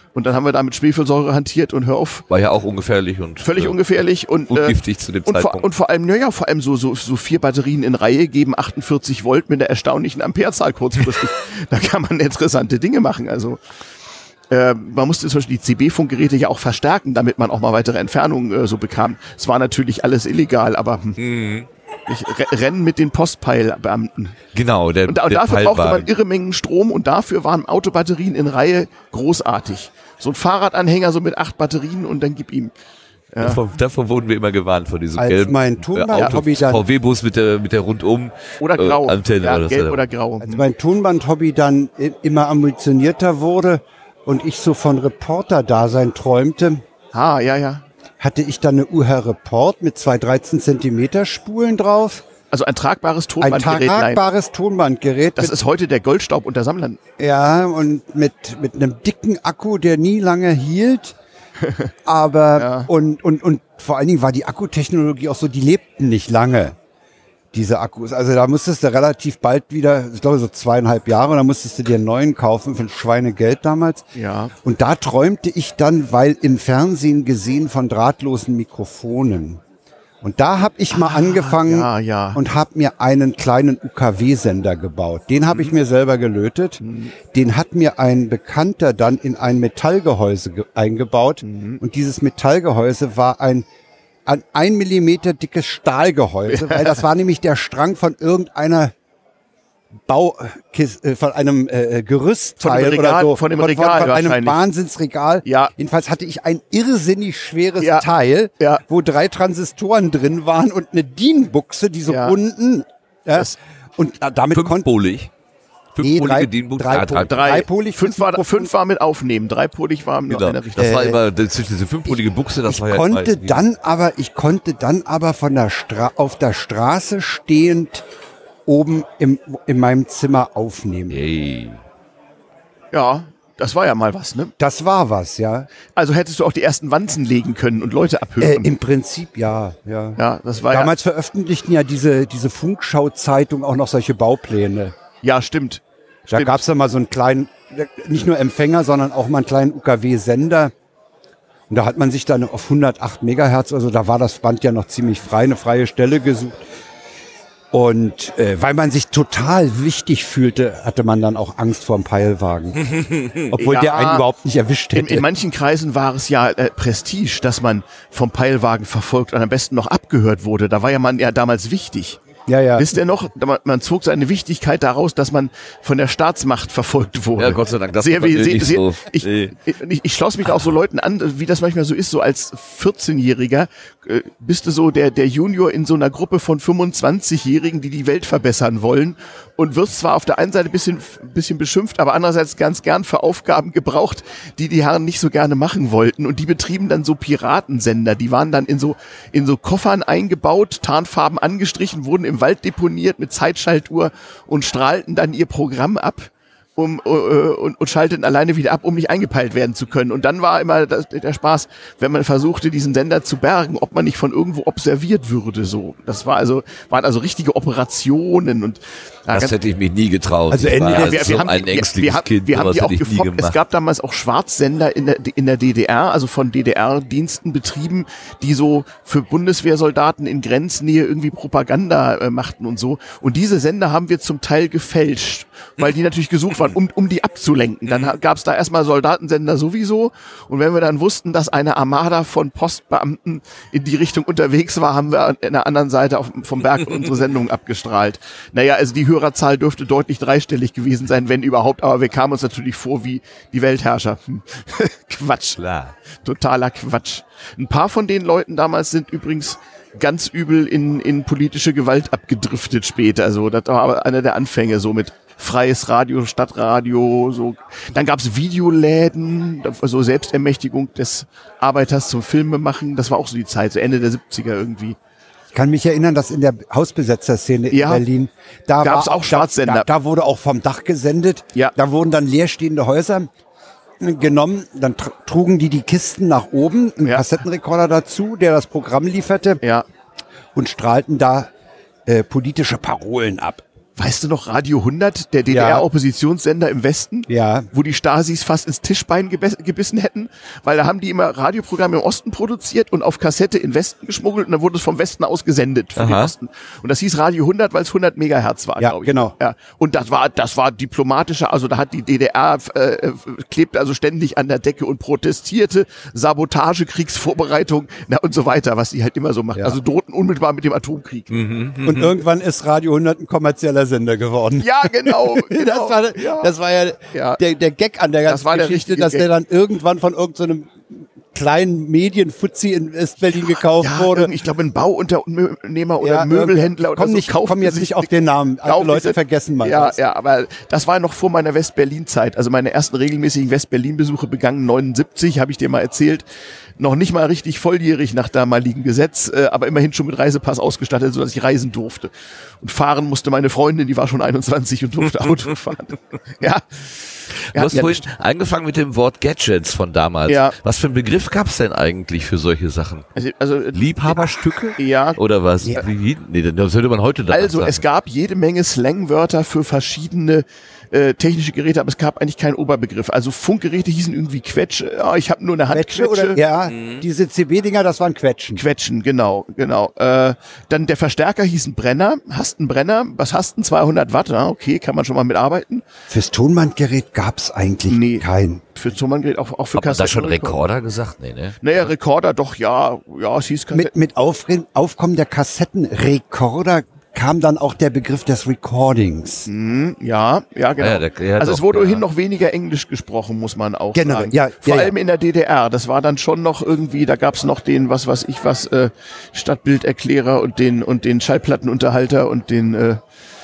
Und dann haben wir da mit Schwefelsäure hantiert und hör auf. War ja auch ungefährlich und völlig ungefährlich und giftig zu dem Zeitpunkt. Und vor allem, so 4 Batterien in Reihe geben 48 Volt mit einer erstaunlichen Amperezahl kurzfristig. Da kann man interessante Dinge machen. Also man musste zum Beispiel die CB-Funkgeräte ja auch verstärken, damit man auch mal weitere Entfernungen so bekam. Es war natürlich alles illegal, aber ich renne mit den Postpeilbeamten. Genau, und dafür brauchte man irre Mengen Strom und dafür waren Autobatterien in Reihe großartig. So ein Fahrradanhänger so mit 8 Batterien und dann gib ihm. Ja. Davon wurden wir immer gewarnt, von diesem als gelben mein Tonband-Hobby dann VW-Bus mit der rundum oder grau. Antenne. Ja, gelb oder grau. Als mein Tonband-Hobby dann immer ambitionierter wurde und ich so von Reporter-Dasein träumte, hatte ich dann eine UHR Report mit 2 13 Zentimeter Spulen drauf. Also ein tragbares Tonbandgerät. Ein tragbares Tonbandgerät. Das ist heute der Goldstaub unter Sammlern. Ja, und mit einem dicken Akku, der nie lange hielt. Aber und vor allen Dingen war die Akkutechnologie auch so, die lebten nicht lange, diese Akkus. Also da musstest du relativ bald wieder, ich glaube so 2,5 Jahre, da musstest du dir einen neuen kaufen für ein Schweinegeld damals. Ja. Und da träumte ich dann, weil im Fernsehen gesehen von drahtlosen Mikrofonen. Und da habe ich mal angefangen und habe mir einen kleinen UKW-Sender gebaut. Den habe ich mir selber gelötet. Den hat mir ein Bekannter dann in ein Metallgehäuse eingebaut. Und dieses Metallgehäuse war ein 1 Millimeter dickes Stahlgehäuse, weil das war nämlich der Strang von irgendeiner von einem Gerüstteil oder so. Von dem Regal von einem Wahnsinnsregal. Ja. Jedenfalls hatte ich ein irrsinnig schweres Teil, wo 3 Transistoren drin waren und eine DIN-Buchse, diese runden. Ja. Und damit fünfpolig. Fünfpolige DIN-Buchse. Dreipolig. 5 war mit Aufnehmen. Dreipolig war mit einer Richtung. Das war immer diese fünfpolige Buchse, das war ja. Ich konnte dann aber auf der Straße stehend oben in meinem Zimmer aufnehmen. Hey. Ja, das war ja mal was, ne? Das war was, ja. Also hättest du auch die ersten Wanzen legen können und Leute abhören. Im Prinzip ja. Ja, das war damals veröffentlichten ja diese Funkschau-Zeitung auch noch solche Baupläne. Ja, stimmt. Da gab es ja mal so einen kleinen, nicht nur Empfänger, sondern auch mal einen kleinen UKW-Sender. Und da hat man sich dann auf 108 Megahertz, also da war das Band ja noch ziemlich frei, eine freie Stelle gesucht. Und weil man sich total wichtig fühlte, hatte man dann auch Angst vor dem Peilwagen. Obwohl der einen überhaupt nicht erwischt hätte. In manchen Kreisen war es ja Prestige, dass man vom Peilwagen verfolgt und am besten noch abgehört wurde. Da war ja man ja damals wichtig. Ja. Wisst ihr noch, man zog seine Wichtigkeit daraus, dass man von der Staatsmacht verfolgt wurde. Ja, Gott sei Dank. Das so. Ich schloss mich da auch so Leuten an, wie das manchmal so ist, so als 14-Jähriger bist du so der Junior in so einer Gruppe von 25-Jährigen, die Welt verbessern wollen und wirst zwar auf der einen Seite bisschen beschimpft, aber andererseits ganz gern für Aufgaben gebraucht, die Herren nicht so gerne machen wollten und die betrieben dann so Piratensender, die waren dann in so Koffern eingebaut, Tarnfarben angestrichen, wurden im Wald deponiert mit Zeitschaltuhr und strahlten dann ihr Programm ab und schalteten alleine wieder ab, um nicht eingepeilt werden zu können. Und dann war immer der Spaß, wenn man versuchte, diesen Sender zu bergen, ob man nicht von irgendwo observiert würde. So, das waren also richtige Operationen und das hätte ich mich nie getraut. Also wir haben die auch gefoppt. Es gab damals auch Schwarzsender in der DDR, also von DDR-Diensten betrieben, die so für Bundeswehrsoldaten in Grenznähe irgendwie Propaganda machten und so. Und diese Sender haben wir zum Teil gefälscht, weil die natürlich gesucht waren, um die abzulenken. Dann gab es da erstmal Soldatensender sowieso. Und wenn wir dann wussten, dass eine Armada von Postbeamten in die Richtung unterwegs war, haben wir an der anderen Seite vom Berg unsere Sendung abgestrahlt. Naja, also die Hörerzahl dürfte deutlich dreistellig gewesen sein, wenn überhaupt, aber wir kamen uns natürlich vor wie die Weltherrscher. Quatsch. Klar. Totaler Quatsch. Ein paar von den Leuten damals sind übrigens ganz übel in politische Gewalt abgedriftet später. Also das war aber einer der Anfänge, so mit freies Radio, Stadtradio, so. Dann gab's Videoläden, so Selbstermächtigung des Arbeiters zum Filme machen. Das war auch so die Zeit, so Ende der 70er irgendwie. Ich kann mich erinnern, dass in der Hausbesetzerszene in Berlin, da gab's auch Schwarzsender. Da wurde auch vom Dach gesendet. Ja. Da wurden dann leerstehende Häuser genommen, dann trugen die Kisten nach oben, einen Kassettenrekorder dazu, der das Programm lieferte, und strahlten da politische Parolen ab. Weißt du noch, Radio 100, der DDR-Oppositionssender im Westen, wo die Stasis fast ins Tischbein gebissen hätten, weil da haben die immer Radioprogramme im Osten produziert und auf Kassette in den Westen geschmuggelt und dann wurde es vom Westen aus gesendet für den Osten. Und das hieß Radio 100, weil es 100 Megahertz war, glaube ich. Genau. Ja, und das war diplomatischer, also da hat die DDR klebte also ständig an der Decke und protestierte, Sabotage, Kriegsvorbereitung und so weiter, was die halt immer so macht. Also drohten unmittelbar mit dem Atomkrieg. Und irgendwann ist Radio 100 ein kommerzieller Sender geworden. Ja, genau. Das war ja der Gag an der ganzen Geschichte, dass der dann irgendwann von irgendeinem kleinen Medienfuzzi in Westberlin gekauft wurde. Ich glaube, ein Bauunternehmer oder Möbelhändler oder so. Komm jetzt nicht auf den Namen. Alle Leute vergessen mal das. Ja, aber das war noch vor meiner Westberlin-Zeit. Also meine ersten regelmäßigen Westberlin-Besuche begannen 79, habe ich dir mal erzählt. Noch nicht mal richtig volljährig nach damaligem Gesetz, aber immerhin schon mit Reisepass ausgestattet, sodass ich reisen durfte. Und fahren musste meine Freundin, die war schon 21 und durfte Auto fahren. Ja. Du hast vorhin angefangen mit dem Wort Gadgets von damals. Ja. Was für einen Begriff gab es denn eigentlich für solche Sachen? Also Liebhaberstücke? Ja. Oder was? Ja. Nee, das würde man heute sagen. Also es gab jede Menge Slangwörter für verschiedene technische Geräte, aber es gab eigentlich keinen Oberbegriff. Also Funkgeräte hießen irgendwie Quetsch. Ich habe nur eine Handquetsche. Diese CB-Dinger, das waren Quetschen. Quetschen, genau. Dann der Verstärker hieß ein Brenner. Hast einen Brenner? Was hast du? 200 Watt? Ja, okay, kann man schon mal mitarbeiten. Fürs Tonbandgerät gab's eigentlich keinen. Für Tonbandgerät auch für Kassetten. Hat man da schon Rekorder gesagt? Nee, ne? Naja, Rekorder doch, ja, es hieß Kassetten. Mit Aufkommen der Kassettenrekorder kam dann auch der Begriff des Recordings. Ja, genau. Also es wurde ohnehin noch weniger Englisch gesprochen, muss man auch sagen. Vor allem in der DDR. Das war dann schon noch irgendwie, da gab's noch den, Stadtbilderklärer und den Schallplattenunterhalter und den,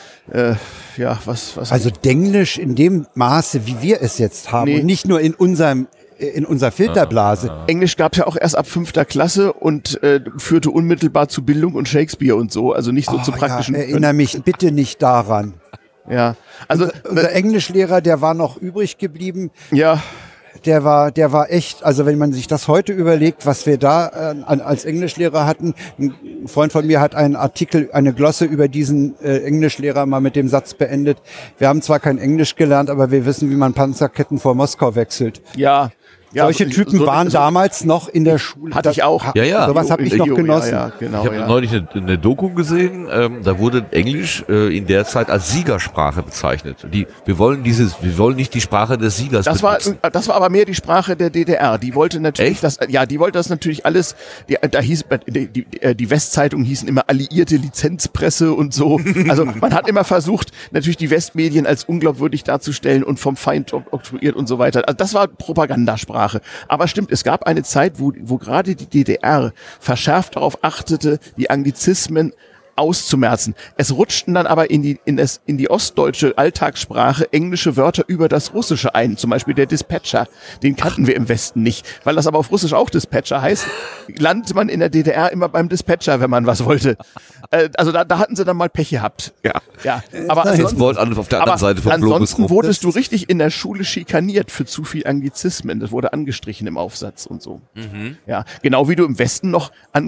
Also Denglisch in dem Maße, wie wir es jetzt haben, und nicht nur in unserer Filterblase. Englisch gab es ja auch erst ab 5. Klasse und führte unmittelbar zu Bildung und Shakespeare und so, also nicht so zu praktischen. Erinnere mich bitte nicht daran. Ja, also unser Englischlehrer, der war noch übrig geblieben. Ja. Der war echt, also wenn man sich das heute überlegt, was wir da als Englischlehrer hatten, ein Freund von mir hat einen Artikel, eine Glosse über diesen Englischlehrer mal mit dem Satz beendet: Wir haben zwar kein Englisch gelernt, aber wir wissen, wie man Panzerketten vor Moskau wechselt. Ja. Solche Typen waren damals noch in der Schule. Hatte ich auch. Sowas habe ich noch genossen. Ja, genau, ich habe neulich eine Doku gesehen, da wurde Englisch in der Zeit als Siegersprache bezeichnet. Wir wollen nicht die Sprache des Siegers benutzen. Das war aber mehr die Sprache der DDR. Die wollte natürlich das natürlich alles, da hieß, die Westzeitung hießen immer alliierte Lizenzpresse und so. Also man hat immer versucht, natürlich die Westmedien als unglaubwürdig darzustellen und vom Feind oktroyiert und so weiter. Also das war Propagandasprache. Aber stimmt, es gab eine Zeit, wo gerade die DDR verschärft darauf achtete, die Anglizismen auszumerzen. Es rutschten dann aber in die ostdeutsche Alltagssprache englische Wörter über das Russische ein. Zum Beispiel der Dispatcher. Den kannten wir im Westen nicht. Weil das aber auf Russisch auch Dispatcher heißt, landet man in der DDR immer beim Dispatcher, wenn man was wollte. Also da hatten sie dann mal Pech gehabt. Ja. Aber auf der anderen Seite vom ansonsten wurdest du richtig in der Schule schikaniert für zu viel Anglizismen. Das wurde angestrichen im Aufsatz und so. Ja, genau wie du im Westen noch einen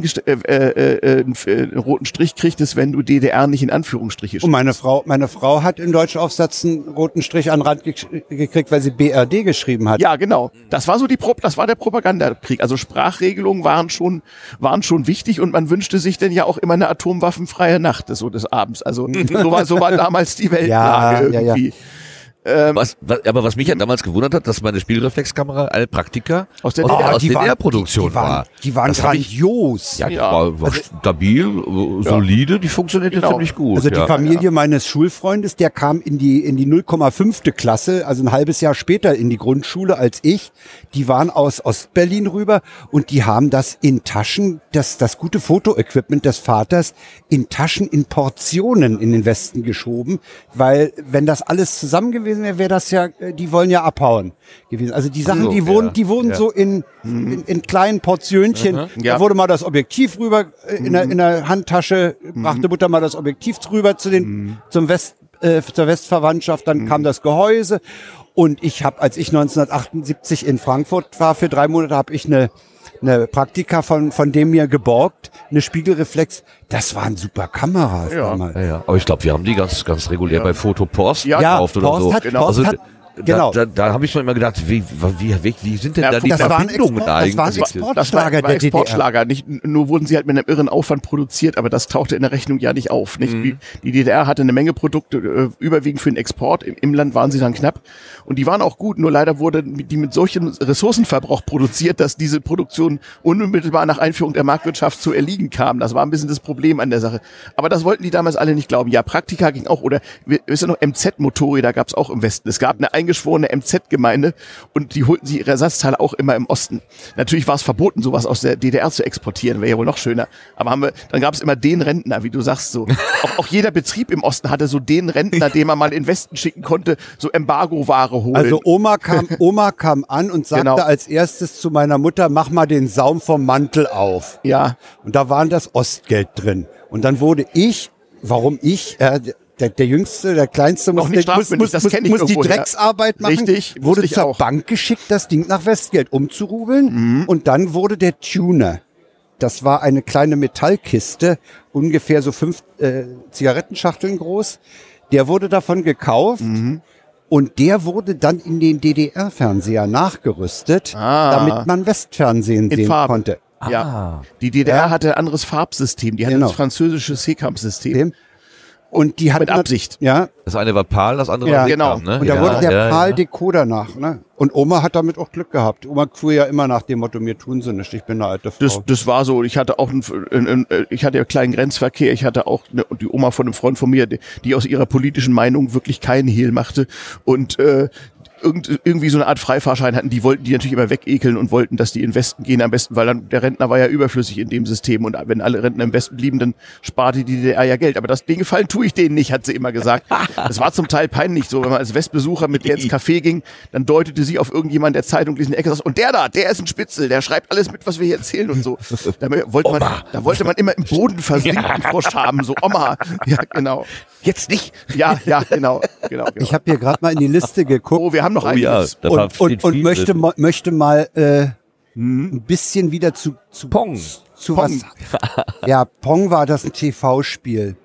roten Strich kriegst, wenn du DDR nicht in Anführungsstriche schreibst. Und meine Frau hat im Deutschaufsatz einen roten Strich an den Rand gekriegt, weil sie BRD geschrieben hat. Ja, genau. Das war das war der Propagandakrieg. Also Sprachregelungen waren schon wichtig und man wünschte sich denn ja auch immer eine atomwaffenfreie Nacht des Abends. Also so war damals die Weltlage irgendwie. Aber was mich ja damals gewundert hat, dass meine Spielreflexkamera eine Praktika aus der DDR-Produktion war. Die waren grandios. Die war stabil, solide, die funktionierte ziemlich gut. Also die Familie meines Schulfreundes, der kam in die 0,5. Klasse, also ein halbes Jahr später in die Grundschule als ich. Die waren aus Ostberlin rüber und die haben das in Taschen, das gute Fotoequipment des Vaters, in Taschen in Portionen in den Westen geschoben, weil wenn das alles zusammen gewesen wäre das ja, die wollen ja abhauen gewesen. Also die Sachen, die wurden so in kleinen Portionchen. Da wurde mal das Objektiv rüber in der Handtasche, brachte Mutter mal das Objektiv rüber zur Westverwandtschaft, dann kam das Gehäuse. Und als ich 1978 in Frankfurt war für 3 Monate, habe ich eine eine Praktika von dem mir geborgt, eine Spiegelreflex. Das waren super Kameras damals. Ja. Aber ich glaube, wir haben die ganz regulär bei Fotopost gekauft oder Post so. Hat, Post hat, Genau. Da habe ich mir immer gedacht, wie sind denn da die Verbindungen eigentlich? Das waren Exportschlager der Exportschlager. Nicht nur wurden sie halt mit einem irren Aufwand produziert, aber das tauchte in der Rechnung ja nicht auf. Nicht? Die DDR hatte eine Menge Produkte, überwiegend für den Export. Im Land waren sie dann knapp. Und die waren auch gut, nur leider wurde die mit solchem Ressourcenverbrauch produziert, dass diese Produktion unmittelbar nach Einführung der Marktwirtschaft zu erliegen kam. Das war ein bisschen das Problem an der Sache. Aber das wollten die damals alle nicht glauben. Ja, Praktika ging auch. Oder, wisst ihr noch, MZ-Motorräder gab es auch im Westen. Es gab eine eingeschworene MZ-Gemeinde und die holten sich ihre Ersatzteile auch immer im Osten. Natürlich war es verboten, sowas aus der DDR zu exportieren, wäre ja wohl noch schöner. Aber dann gab es immer den Rentner, wie du sagst, so. Auch jeder Betrieb im Osten hatte so den Rentner, den man mal in den Westen schicken konnte, so Embargo-Ware holen. Also Oma kam an und sagte als erstes zu meiner Mutter, mach mal den Saum vom Mantel auf. Ja. Und da waren das Ostgeld drin. Und dann wurde der Jüngste, der Kleinste muss die Drecksarbeit machen, Richtig, wurde zur Bank geschickt, das Ding nach Westgeld umzurubeln. Und dann wurde der Tuner. Das war eine kleine Metallkiste, ungefähr so 5 Zigarettenschachteln groß. Der wurde davon gekauft. Und der wurde dann in den DDR-Fernseher nachgerüstet, damit man Westfernsehen sehen konnte. Ja, die DDR hatte ein anderes Farbsystem. Die hatte das französische Seekamp-System. Und die hatten mit Absicht. Ja. Das eine war PAL, das andere war genau. Ne? Und da wurde der PAL-Decoder nach. Ne? Und Oma hat damit auch Glück gehabt. Oma fuhr ja immer nach dem Motto, mir tun sie nicht, ich bin eine alte Frau. Das war so. Ich hatte auch ich hatte ja kleinen Grenzverkehr. Ich hatte auch die Oma von einem Freund von mir, die aus ihrer politischen Meinung wirklich keinen Hehl machte. Und irgendwie so eine Art Freifahrschein hatten, die wollten die natürlich immer wegekeln und wollten, dass die in den Westen gehen am besten, weil dann der Rentner war ja überflüssig in dem System und wenn alle Rentner im Westen blieben, dann sparte die DDR ja Geld. Aber den Gefallen tue ich denen nicht, hat sie immer gesagt. Das war zum Teil peinlich so, wenn man als Westbesucher mit ihr ins Café ging, dann deutete sie auf irgendjemand, der Zeitung liest in der Ecke und sagt, und der ist ein Spitzel, der schreibt alles mit, was wir hier erzählen und so. Da wollte man immer im Boden versinken vor Scham, so Oma. Ja, genau. Jetzt nicht. Ja, genau. Ich habe hier gerade mal in die Liste geguckt. Oh, wir haben noch einiges. Ja, und möchte mal ein bisschen wieder zu Pong. Zu Pong. Ja, Pong war das ein TV-Spiel.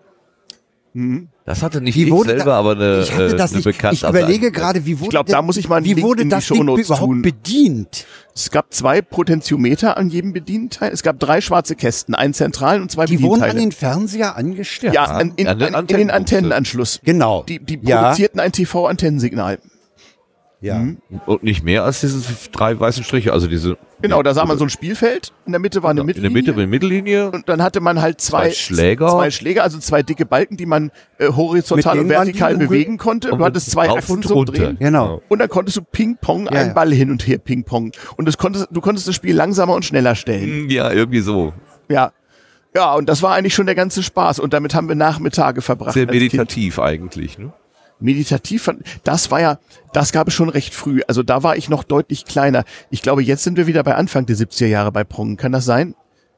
Das hatte nicht ich selber, aber eine bekannte. Ich überlege gerade, wie wurde da muss ich mal wie wurde das Ding überhaupt bedient? Es gab 2 Potentiometer an jedem Bedienteil. Es gab 3 schwarze Kästen, einen zentralen und 2 Bedienteile. Die wurden an den Fernseher angestellt? Ja, in den Antennenanschluss. Genau. Die produzierten ein TV-Antennensignal. Ja. Und nicht mehr als diese 3 weißen Striche, also diese. Genau, da sah man so ein Spielfeld. In der Mitte war eine Mittellinie. In der Mitte war eine Mittellinie. Und dann hatte man halt 2 Schläger, also 2 dicke Balken, die man horizontal und vertikal bewegen konnte. Und du hattest 2 Achsen zum Drehen. Genau. Und dann konntest du Ping-Pong, einen Ball hin und her Ping-Pong. Und du konntest das Spiel langsamer und schneller stellen. Ja, irgendwie so. Ja. Ja, und das war eigentlich schon der ganze Spaß. Und damit haben wir Nachmittage verbracht. Sehr meditativ eigentlich, ne? Meditativ, das gab es schon recht früh. Also da war ich noch deutlich kleiner. Ich glaube, jetzt sind wir wieder bei Anfang der 70er Jahre bei Pong. Kann das sein?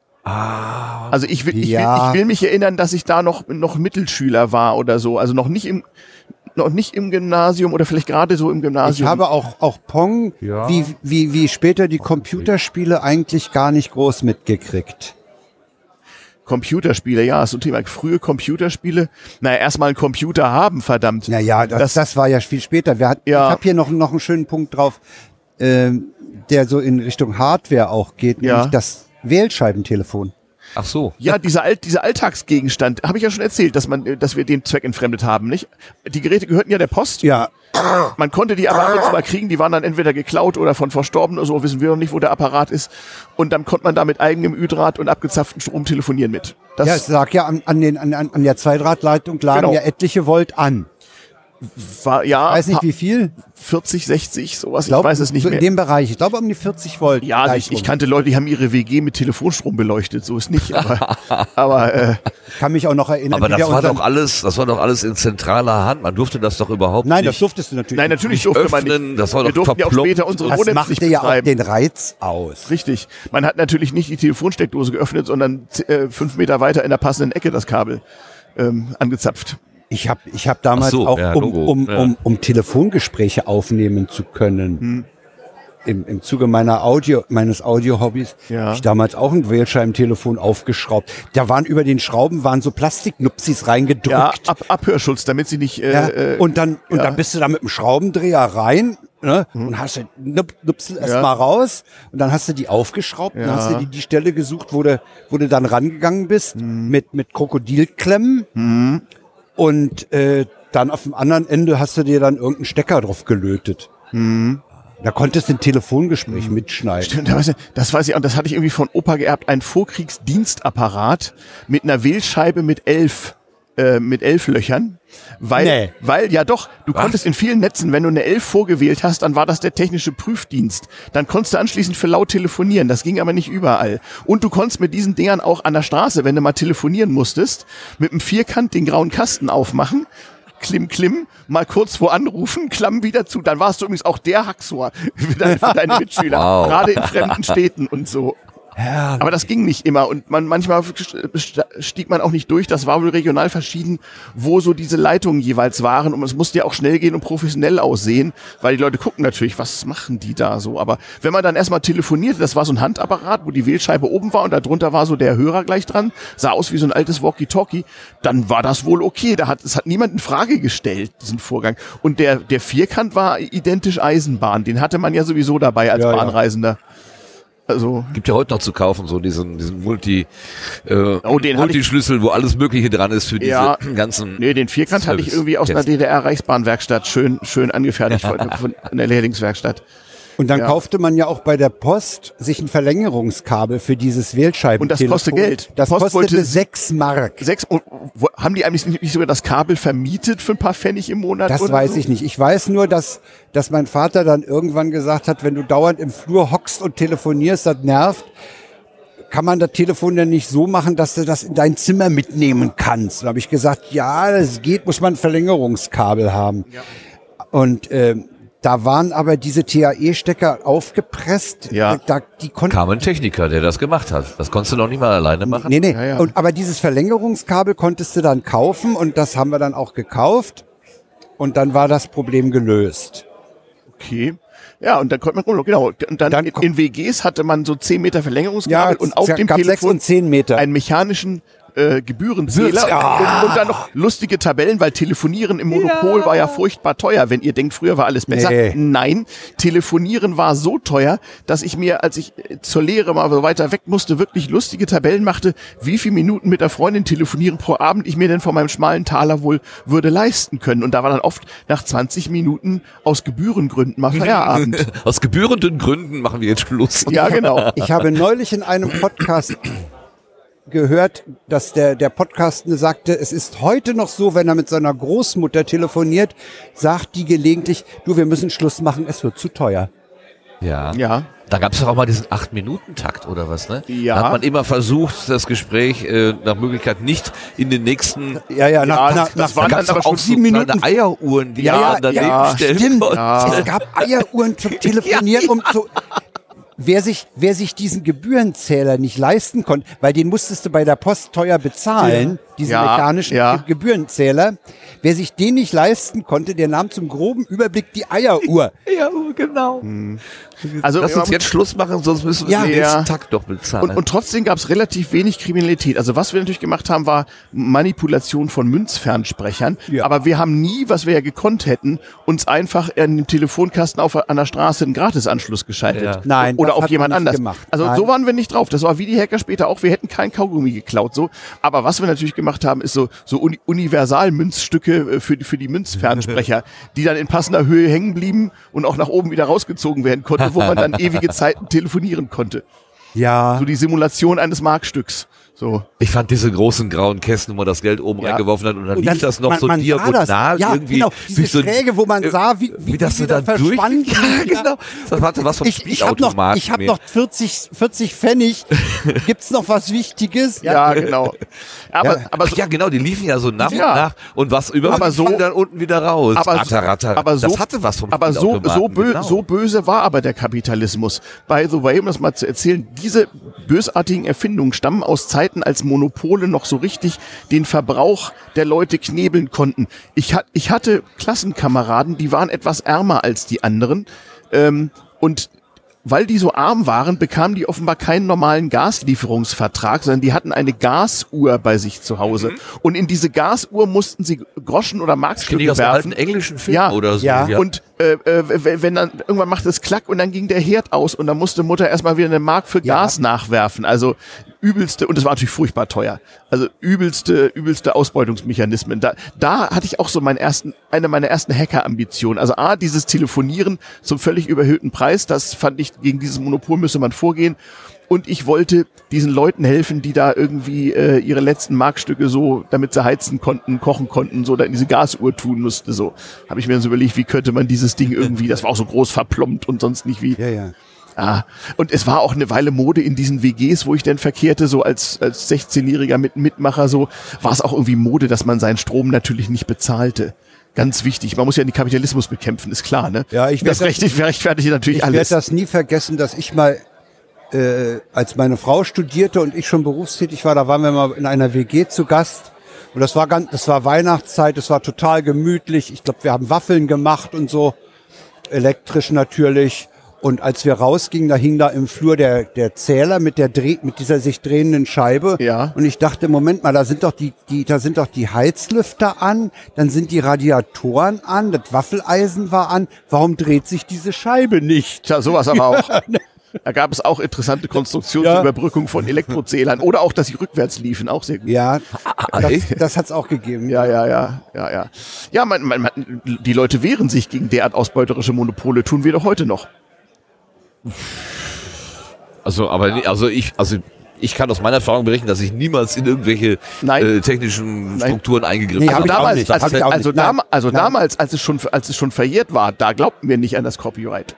Also ich will mich erinnern, dass ich da noch Mittelschüler war oder so. Also noch nicht im Gymnasium oder vielleicht gerade so im Gymnasium. Ich habe auch Pong, wie später die Computerspiele eigentlich gar nicht groß mitgekriegt. Computerspiele, ja, ist so ein Thema. Frühe Computerspiele, erstmal einen Computer haben, verdammt. Naja, das war ja viel später. Ich habe hier noch einen schönen Punkt drauf, der so in Richtung Hardware auch geht, nämlich das Wählscheibentelefon. Ach so. Ja, dieser Alltagsgegenstand, habe ich ja schon erzählt, dass wir den Zweck entfremdet haben, nicht? Die Geräte gehörten ja der Post. Ja. Man konnte die aber ab und zu mal kriegen, die waren dann entweder geklaut oder von Verstorben oder so, wissen wir noch nicht, wo der Apparat ist. Und dann konnte man da mit eigenem Ü-Draht und abgezapften Strom telefonieren mit. Es lag ja an der Zweidrahtleitung lagen ja etliche Volt an. Weiß nicht wie viel? 40, 60, sowas, ich weiß es nicht mehr. In dem Bereich, ich glaube um die 40 Volt. Ja, also ich kannte Leute, die haben ihre WG mit Telefonstrom beleuchtet, so ist nicht, aber kann mich auch noch erinnern. Aber das war doch alles in zentraler Hand, man durfte das doch überhaupt nicht. Nein, das durftest du natürlich nicht. Nein, natürlich durfte man nicht. Das war wir doch durften ja auch später unsere Das Wohnnetz machte nicht ja auch betreiben. den Reiz aus. Richtig. Man hat natürlich nicht die Telefonsteckdose geöffnet, sondern 5 Meter weiter in der passenden Ecke das Kabel angezapft. Ich hab damals um Telefongespräche aufnehmen zu können, im Zuge meines Audio-Hobbys, habe ich damals auch ein Wählscheibentelefon aufgeschraubt. Da waren über den Schrauben so Plastiknupsis reingedrückt. Ja, Abhörschutz, damit sie nicht... Und dann bist du da mit dem Schraubendreher rein, ne? Und hast du Nupsel erstmal raus und dann hast du die aufgeschraubt und hast du die Stelle gesucht, wo du dann rangegangen bist mit Krokodilklemmen und dann auf dem anderen Ende hast du dir dann irgendeinen Stecker drauf gelötet. Da konntest du ein Telefongespräch mitschneiden. Stimmt, das weiß ich, und das hatte ich irgendwie von Opa geerbt, ein Vorkriegsdienstapparat mit einer Wählscheibe mit 11 Löchern. Weil, du konntest in vielen Netzen, wenn du eine 11 vorgewählt hast, dann war das der technische Prüfdienst. Dann konntest du anschließend für laut telefonieren. Das ging aber nicht überall. Und du konntest mit diesen Dingern auch an der Straße, wenn du mal telefonieren musstest, mit einem Vierkant den grauen Kasten aufmachen, klimm, mal kurz wo anrufen, Klamm wieder zu. Dann warst du übrigens auch der Haxor für deine Mitschüler. Wow. Gerade in fremden Städten und so. Herrlich. Aber das ging nicht immer und manchmal stieg man auch nicht durch. Das war wohl regional verschieden, wo so diese Leitungen jeweils waren und es musste ja auch schnell gehen und professionell aussehen, weil die Leute gucken natürlich, was machen die da so. Aber wenn man dann erstmal telefonierte, das war so ein Handapparat, wo die Wählscheibe oben war und darunter war so der Hörer gleich dran, sah aus wie so ein altes Walkie-Talkie, dann war das wohl okay. Es hat niemand in Frage gestellt, diesen Vorgang. Und der Vierkant war identisch Eisenbahn, den hatte man ja sowieso dabei als Bahnreisender. Also gibt ja heute noch zu kaufen, so diesen Multischlüssel, wo alles Mögliche dran ist für diese ganzen. Nee, den Vierkant hatte ich irgendwie aus einer DDR-Reichsbahnwerkstatt schön angefertigt von der Lehrlingswerkstatt. Und dann kaufte man ja auch bei der Post sich ein Verlängerungskabel für dieses Wählscheibentelefon. Und das kostet Geld. Das kostete 6 Mark. Haben die eigentlich nicht sogar das Kabel vermietet für ein paar Pfennig im Monat? Das weiß ich nicht. Ich weiß nur, dass mein Vater dann irgendwann gesagt hat, wenn du dauernd im Flur hockst und telefonierst, das nervt, kann man das Telefon denn nicht so machen, dass du das in dein Zimmer mitnehmen kannst. Da habe ich gesagt, ja, das geht, muss man ein Verlängerungskabel haben. Ja. Und da waren aber diese TAE-Stecker aufgepresst. Ja. Kam ein Techniker, der das gemacht hat. Das konntest du noch nicht mal alleine machen. Nee. Ja. Aber dieses Verlängerungskabel konntest du dann kaufen und das haben wir dann auch gekauft. Und dann war das Problem gelöst. Okay. Ja, und dann konnte man, genau, und dann in WGs hatte man so 10 Meter Verlängerungskabel und auf dem Telefon 6 und 10 Meter. einen mechanischen Gebührenzähler und dann noch lustige Tabellen, weil Telefonieren im Monopol war ja furchtbar teuer. Wenn ihr denkt, früher war alles besser. Nee. Nein, Telefonieren war so teuer, dass ich mir, als ich zur Lehre mal so weiter weg musste, wirklich lustige Tabellen machte, wie viele Minuten mit der Freundin telefonieren pro Abend ich mir denn von meinem schmalen Taler wohl würde leisten können. Und da war dann oft nach 20 Minuten aus Gebührengründen mal Feierabend. Aus gebührenden Gründen machen wir jetzt Schluss. Ja, genau. Ich habe neulich in einem Podcast gehört, dass der Podcastende sagte, es ist heute noch so, wenn er mit seiner Großmutter telefoniert, sagt die gelegentlich, du, wir müssen Schluss machen, es wird zu teuer. Ja. Da gab es doch auch mal diesen 8-Minuten-Takt oder was, ne? Ja. Da hat man immer versucht, das Gespräch nach Möglichkeit nicht in den nächsten... Das waren dann aber auch 7 Minuten Eieruhren, die daneben stellen stimmt. konnten. Ja. Es gab Eieruhren zum Telefonieren, um zu... Wer sich diesen Gebührenzähler nicht leisten konnte, weil den musstest du bei der Post teuer bezahlen, diesen mechanischen Gebührenzähler. Wer sich den nicht leisten konnte, der nahm zum groben Überblick die Eieruhr. Eieruhr, genau. Also lass uns jetzt Schluss machen, sonst müssen wir den nächsten Tag doch bezahlen. Und trotzdem gab es relativ wenig Kriminalität. Also was wir natürlich gemacht haben, war Manipulation von Münzfernsprechern. Ja. Aber wir haben nie, was wir ja gekonnt hätten, uns einfach in den Telefonkasten an der Straße einen Gratisanschluss geschaltet. Ja. Nein, oder auf jemand anders. Gemacht. Also so waren wir nicht drauf. Das war wie die Hacker später auch. Wir hätten kein Kaugummi geklaut. So. Aber was wir natürlich gemacht haben, ist so Universal-Münzstücke für die Münzfernsprecher, die dann in passender Höhe hängen blieben und auch nach oben wieder rausgezogen werden konnten, wo man dann ewige Zeiten telefonieren konnte. Ja. So die Simulation eines Markstücks. So. Ich fand diese großen grauen Kästen, wo man das Geld oben reingeworfen hat und dann lief das noch so diagonal irgendwie. Genau, diese Schräge, wo man sah, wie das so dann verschwand. Ja, genau. Das hatte was vom Spielautomaten. Ich hab noch 40 Pfennig. Gibt's noch was Wichtiges? Ja, genau. Aber so, genau, die liefen ja so nach und nach und was über dann unten wieder raus. Aber das hatte was vom Spielautomaten. So böse war aber der Kapitalismus. By the way, um das mal zu erzählen, diese bösartigen Erfindungen stammen aus Zeiten, als Monopole noch so richtig den Verbrauch der Leute knebeln konnten. Ich hatte Klassenkameraden, die waren etwas ärmer als die anderen und weil die so arm waren, bekamen die offenbar keinen normalen Gaslieferungsvertrag, sondern die hatten eine Gasuhr bei sich zu Hause. Und in diese Gasuhr mussten sie Groschen oder Markstücke werfen. Aus einem alten englischen Film oder so. Ja. Und wenn dann irgendwann macht es Klack und dann ging der Herd aus und dann musste Mutter erstmal wieder eine Mark für Gas nachwerfen. Also übelste, und das war natürlich furchtbar teuer. Also übelste Ausbeutungsmechanismen. Da hatte ich auch so eine meiner ersten Hacker-Ambitionen. Also dieses Telefonieren zum völlig überhöhten Preis, das fand ich, gegen dieses Monopol müsste man vorgehen. Und ich wollte diesen Leuten helfen, die da irgendwie ihre letzten Markstücke so, damit sie heizen konnten, kochen konnten, so da in diese Gasuhr tun musste. So habe ich mir dann so überlegt, wie könnte man dieses Ding irgendwie, das war auch so groß verplombt und sonst nicht wie. Ja. Und es war auch eine Weile Mode in diesen WGs, wo ich dann verkehrte, so als 16-Jähriger Mitmacher, so war es auch irgendwie Mode, dass man seinen Strom natürlich nicht bezahlte. Ganz wichtig. Man muss ja den Kapitalismus bekämpfen, ist klar, ne? Ja, das rechtfertigt natürlich alles. Ich werde das nie vergessen, dass ich mal, als meine Frau studierte und ich schon berufstätig war, da waren wir mal in einer WG zu Gast. Und das war Weihnachtszeit, es war total gemütlich. Ich glaube, wir haben Waffeln gemacht und so, elektrisch natürlich. Und als wir rausgingen, da hing da im Flur der Zähler mit dieser sich drehenden Scheibe. Ja. Und ich dachte, Moment mal, da sind doch die Heizlüfter an, dann sind die Radiatoren an, das Waffeleisen war an. Warum dreht sich diese Scheibe nicht? Tja, sowas aber auch. Da gab es auch interessante Konstruktionsüberbrückung von Elektrozählern oder auch, dass sie rückwärts liefen, auch sehr gut. Ja, das hat's auch gegeben. Ja. Ja, die Leute wehren sich gegen derart ausbeuterische Monopole, tun wir doch heute noch. Ich kann aus meiner Erfahrung berichten, dass ich niemals in irgendwelche technischen Strukturen eingegriffen habe. Damals, als es schon verjährt war, da glaubten wir nicht an das Copyright.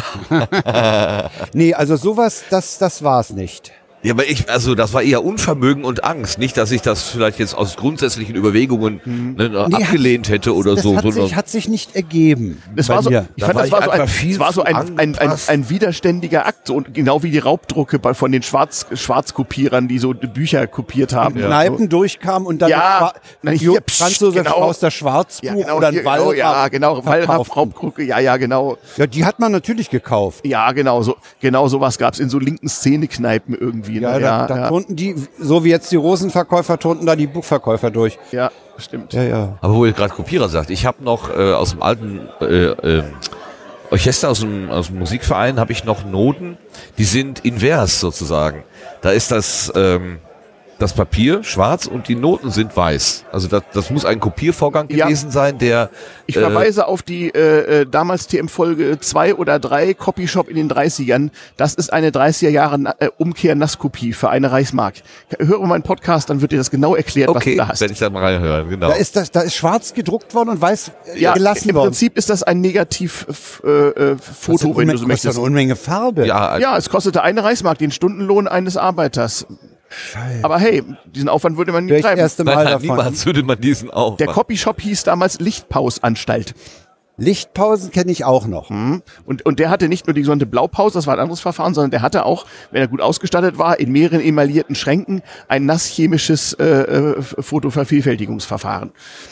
Nee, also sowas, das war's nicht. Ja, aber das war eher Unvermögen und Angst. Nicht, dass ich das vielleicht jetzt aus grundsätzlichen Überlegungen abgelehnt hätte oder so. Das hat sich nicht ergeben. Das war so, ich fand, das war so ein widerständiger Akt. So, und genau wie die Raubdrucke von den Schwarzkopierern, die so Bücher kopiert haben. Kneipen durchkamen und dann Franz Josef aus der Schwarzbuch oder ein Wallraff, Raubdrucke, genau. Ja, die hat man natürlich gekauft. Ja, genau sowas gab's in so linken Szenekneipen irgendwie. Da turnten die, so wie jetzt die Rosenverkäufer, turnten da die Buchverkäufer durch. Ja, stimmt. Ja. Aber wo ihr gerade Kopierer sagt, ich habe noch aus dem alten Orchester, aus dem Musikverein, habe ich noch Noten, die sind invers sozusagen. Da ist das Papier schwarz und die Noten sind weiß. Also das muss ein Kopiervorgang gewesen sein, der... Ich verweise auf die damals TM-Folge 2 oder 3 Copyshop in den 30ern. Das ist eine 30er Jahre Umkehr-Nasskopie für eine Reichsmark. Höre mal einen Podcast, dann wird dir das genau erklärt, was du da hast. Werde ich dann mal reinhören, genau. Da ist schwarz gedruckt worden und weiß gelassen worden. Im Prinzip ist das ein Negativ-Foto, wenn du so möchtest. Das ist eine Unmenge Farbe. Ja, es kostete eine Reichsmark, den Stundenlohn eines Arbeiters. Scheiße. Aber hey, diesen Aufwand würde man nie treiben. Niemals würde man diesen Aufwand. Der Copyshop hieß damals Lichtpausanstalt. Lichtpausen kenne ich auch noch. Und der hatte nicht nur die sogenannte Blaupause, das war ein anderes Verfahren, sondern der hatte auch, wenn er gut ausgestattet war, in mehreren emaillierten Schränken ein nasschemisches Fotovervielfältigungsverfahren.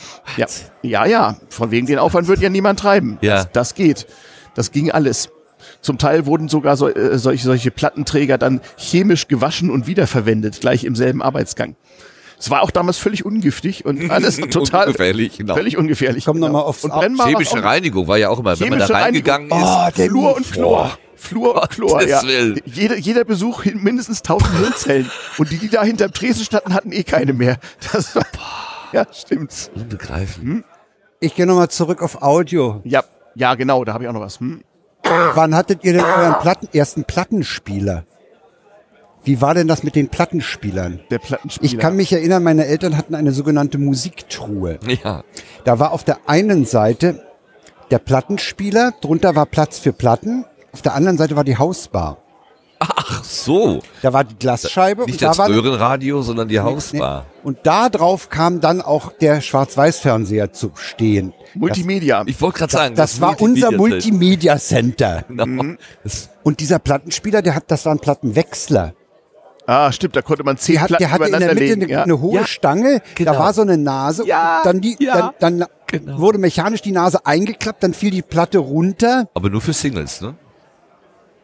Ja. Von wegen den Aufwand würde ja niemand treiben. Ja. Das geht. Das ging alles. Zum Teil wurden sogar solche Plattenträger dann chemisch gewaschen und wiederverwendet, gleich im selben Arbeitsgang. Es war auch damals völlig ungiftig und alles total ungefährlich, genau. Völlig ungefährlich. Komm nochmal aufs chemische Reinigung war ja auch immer, wenn man da reingegangen ist. Flur und Chlor. Flur und Chlor, ja. Jeder Besuch mindestens 1000 Hirnzellen. Und die da hinterm Tresen standen, hatten keine mehr. Das war, ja, stimmt. Unbegreiflich. Ich gehe nochmal zurück auf Audio. Ja, genau, da habe ich auch noch was. Wann hattet ihr denn euren ersten Plattenspieler? Wie war denn das mit den Plattenspielern? Der Plattenspieler. Ich kann mich erinnern, meine Eltern hatten eine sogenannte Musiktruhe. Ja. Da war auf der einen Seite der Plattenspieler, drunter war Platz für Platten, auf der anderen Seite war die Hausbar. Ach so. Da war die Glasscheibe. Nicht und das da Röhrenradio, sondern die Hausbar. Und da drauf kam dann auch der Schwarz-Weiß-Fernseher zu stehen. Multimedia. Ich wollte gerade sagen. Das war unser Multimedia-Center. Genau. Und dieser Plattenspieler, das war ein Plattenwechsler. Ah, stimmt, da konnte man 10 Platten der hatte in der Mitte eine hohe Stange, genau. Da war so eine Nase, und dann wurde mechanisch die Nase eingeklappt, dann fiel die Platte runter. Aber nur für Singles, ne?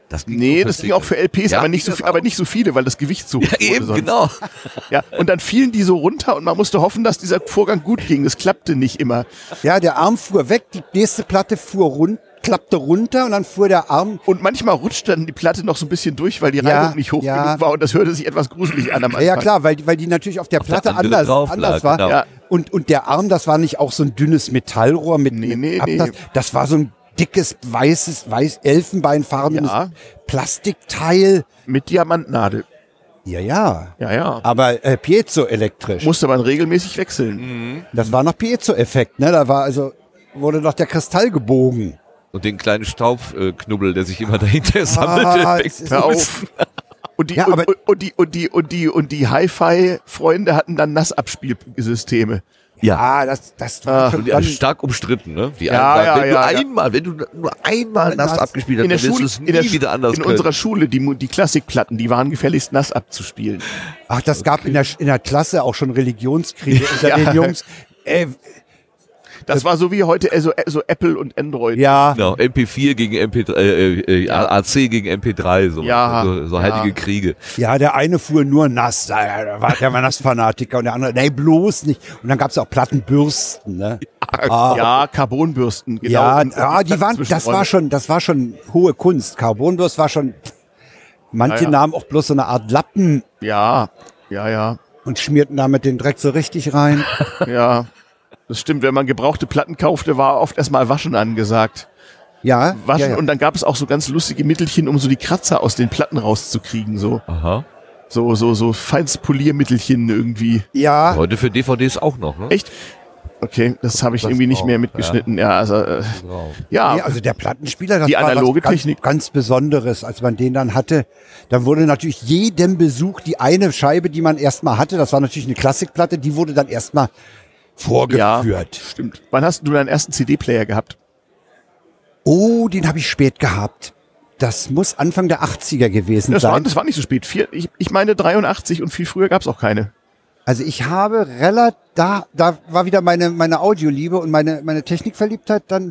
Das ging das ging auch für LPs, aber nicht so viele, weil das Gewicht so hoch wurde eben, sonst. genau. Ja, und dann fielen die so runter und man musste hoffen, dass dieser Vorgang gut ging. Das klappte nicht immer. Ja, der Arm fuhr weg, die nächste Platte klappte runter und dann fuhr der Arm. Und manchmal rutschte dann die Platte noch so ein bisschen durch, weil die Reibung nicht hoch genug war und das hörte sich etwas gruselig an am Anfang. Ja, klar, weil die natürlich auf der Platte anders war. Genau. Ja. Und der Arm, das war nicht auch so ein dünnes Metallrohr mit Das war so ein dickes, elfenbeinfarbenes Plastikteil. Mit Diamantnadel. Ja. Aber piezoelektrisch. Musste man regelmäßig wechseln. Mhm. Das war noch Piezo-Effekt, ne? Wurde noch der Kristall gebogen. Und den kleinen Staubknubbel, der sich immer dahinter sammelte. Hör auf. Und die Hi-Fi-Freunde hatten dann Nassabspielsysteme. Ja, das war stark umstritten, ne? Wenn du nur einmal nass abgespielt hast, dann wirst du es nie wieder anders können. In unserer Schule, die Klassikplatten, die waren gefälligst nass abzuspielen. Ach, das gab in der Klasse auch schon Religionskriege unter den Jungs. Das war so wie heute so Apple und Android. Ja. Genau, MP4 gegen MP3, AC gegen MP3, so heilige Kriege. Ja, der eine fuhr nur nass, der war Nassfanatiker und der andere, nee, bloß nicht. Und dann gab es auch Plattenbürsten, ne? Ja, Carbonbürsten, genau. Ja, das war schon hohe Kunst. Carbonbürsten war schon, manche nahmen auch bloß so eine Art Lappen. Ja. Und schmierten damit den Dreck so richtig rein. Ja. Das stimmt, wenn man gebrauchte Platten kaufte, war oft erstmal Waschen angesagt. Ja. Waschen und dann gab es auch so ganz lustige Mittelchen, um so die Kratzer aus den Platten rauszukriegen. So. Aha. So Feinstpoliermittelchen irgendwie. Ja. Heute für DVDs auch noch, ne? Echt? Okay, das habe ich irgendwie nicht mehr mitgeschnitten. Ja, also also der Plattenspieler, das die war analoge was Technik. Ganz Besonderes, als man den dann hatte. Dann wurde natürlich jedem Besuch die eine Scheibe, die man erstmal hatte, das war natürlich eine Klassikplatte, die wurde dann erstmal vorgeführt. Ja, stimmt. Wann hast du deinen ersten CD-Player gehabt? Oh, den habe ich spät gehabt. Das muss Anfang der 80er gewesen sein. Das war nicht so spät. Ich meine 83 und viel früher gab es auch keine. Also ich habe da war wieder meine Audioliebe und meine Technikverliebtheit dann.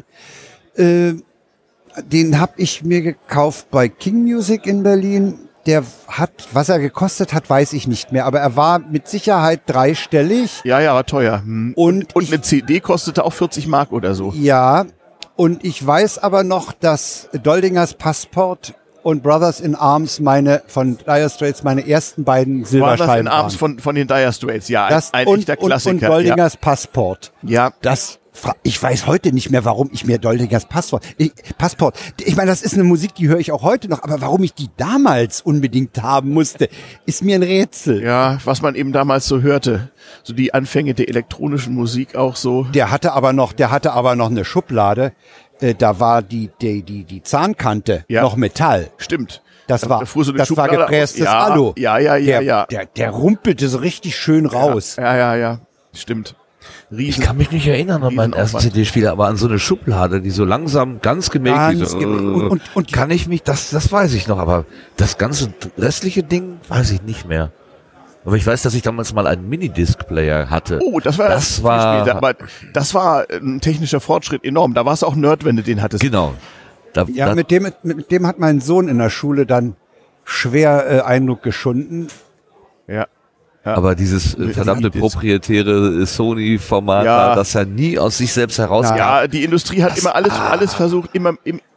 Den habe ich mir gekauft bei King Music in Berlin. Der was er gekostet hat, weiß ich nicht mehr, aber er war mit Sicherheit dreistellig. Ja, war teuer. Und eine CD kostete auch 40 Mark oder so. Ja, und ich weiß aber noch, dass Doldingers Passport und Brothers in Arms von Dire Straits meine ersten beiden Silberscheiben Brothers in Arms von den Dire Straits, ja, ein echter Klassiker. Und Doldingers Passport. Ja. Ich weiß heute nicht mehr, warum ich mir Doldingers Passport. Ich meine, das ist eine Musik, die höre ich auch heute noch, aber warum ich die damals unbedingt haben musste, ist mir ein Rätsel. Ja, was man eben damals so hörte. So die Anfänge der elektronischen Musik auch so. Der hatte aber noch eine Schublade. Da war die Zahnkante noch Metall. Stimmt. Das war gepresstes Alu. Ja. Der rumpelte so richtig schön raus. Ja. Stimmt. Ich kann mich nicht erinnern an meinen ersten CD-Spieler, aber an so eine Schublade, die so langsam, ganz gemächlich. Und kann ich mich, das weiß ich noch, aber das ganze restliche Ding weiß ich nicht mehr. Aber ich weiß, dass ich damals mal einen Minidisc-Player hatte. Oh, das war ein technischer Fortschritt enorm. Da war es auch Nerd, wenn du den hattest. Genau. Mit dem hat mein Sohn in der Schule dann schwer Eindruck geschunden. Ja. Aber dieses verdammte proprietäre Sony-Format, das ja nie aus sich selbst herauskam. Ja, die Industrie hat immer alles versucht, immer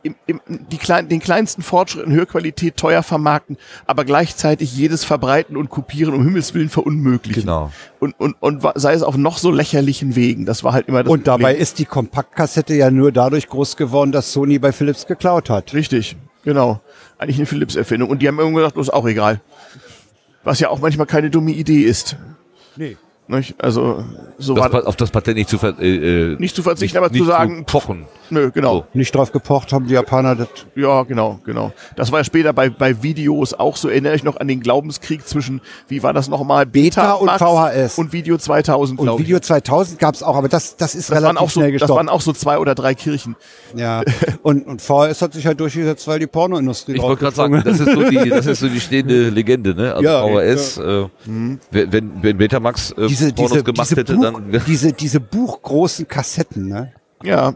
den kleinsten Fortschritt in Hörqualität teuer vermarkten, aber gleichzeitig jedes verbreiten und kopieren um Himmels Willen verunmöglichen. Genau. Und sei es auf noch so lächerlichen Wegen. Das war halt immer das Und Problem. Dabei ist die Kompaktkassette ja nur dadurch groß geworden, dass Sony bei Philips geklaut hat. Richtig, genau. Eigentlich eine Philips-Erfindung. Und die haben irgendwie gesagt, ist auch egal. Was ja auch manchmal keine dumme Idee ist. Nee. Also auf das Patent nicht zu verzichten, aber zu sagen, pochen. Nö, genau. So. Nicht drauf gepocht haben die Japaner das. Ja, genau. Das war ja später bei Videos auch so, erinnere ich noch an den Glaubenskrieg zwischen, wie war das nochmal? Beta und VHS. Und Video 2000, glaube ich. Und Video 2000 gab es auch, aber das ist relativ schnell gestorben. Das waren auch so 2 oder 3 Kirchen. Ja, und VHS hat sich halt durchgesetzt, weil die Pornoindustrie Ich wollte gerade sagen, das ist so die stehende Legende, ne? Also VHS, wenn Betamax Pornos gemacht hätte, dann... Diese buchgroßen Kassetten, ne? Ja.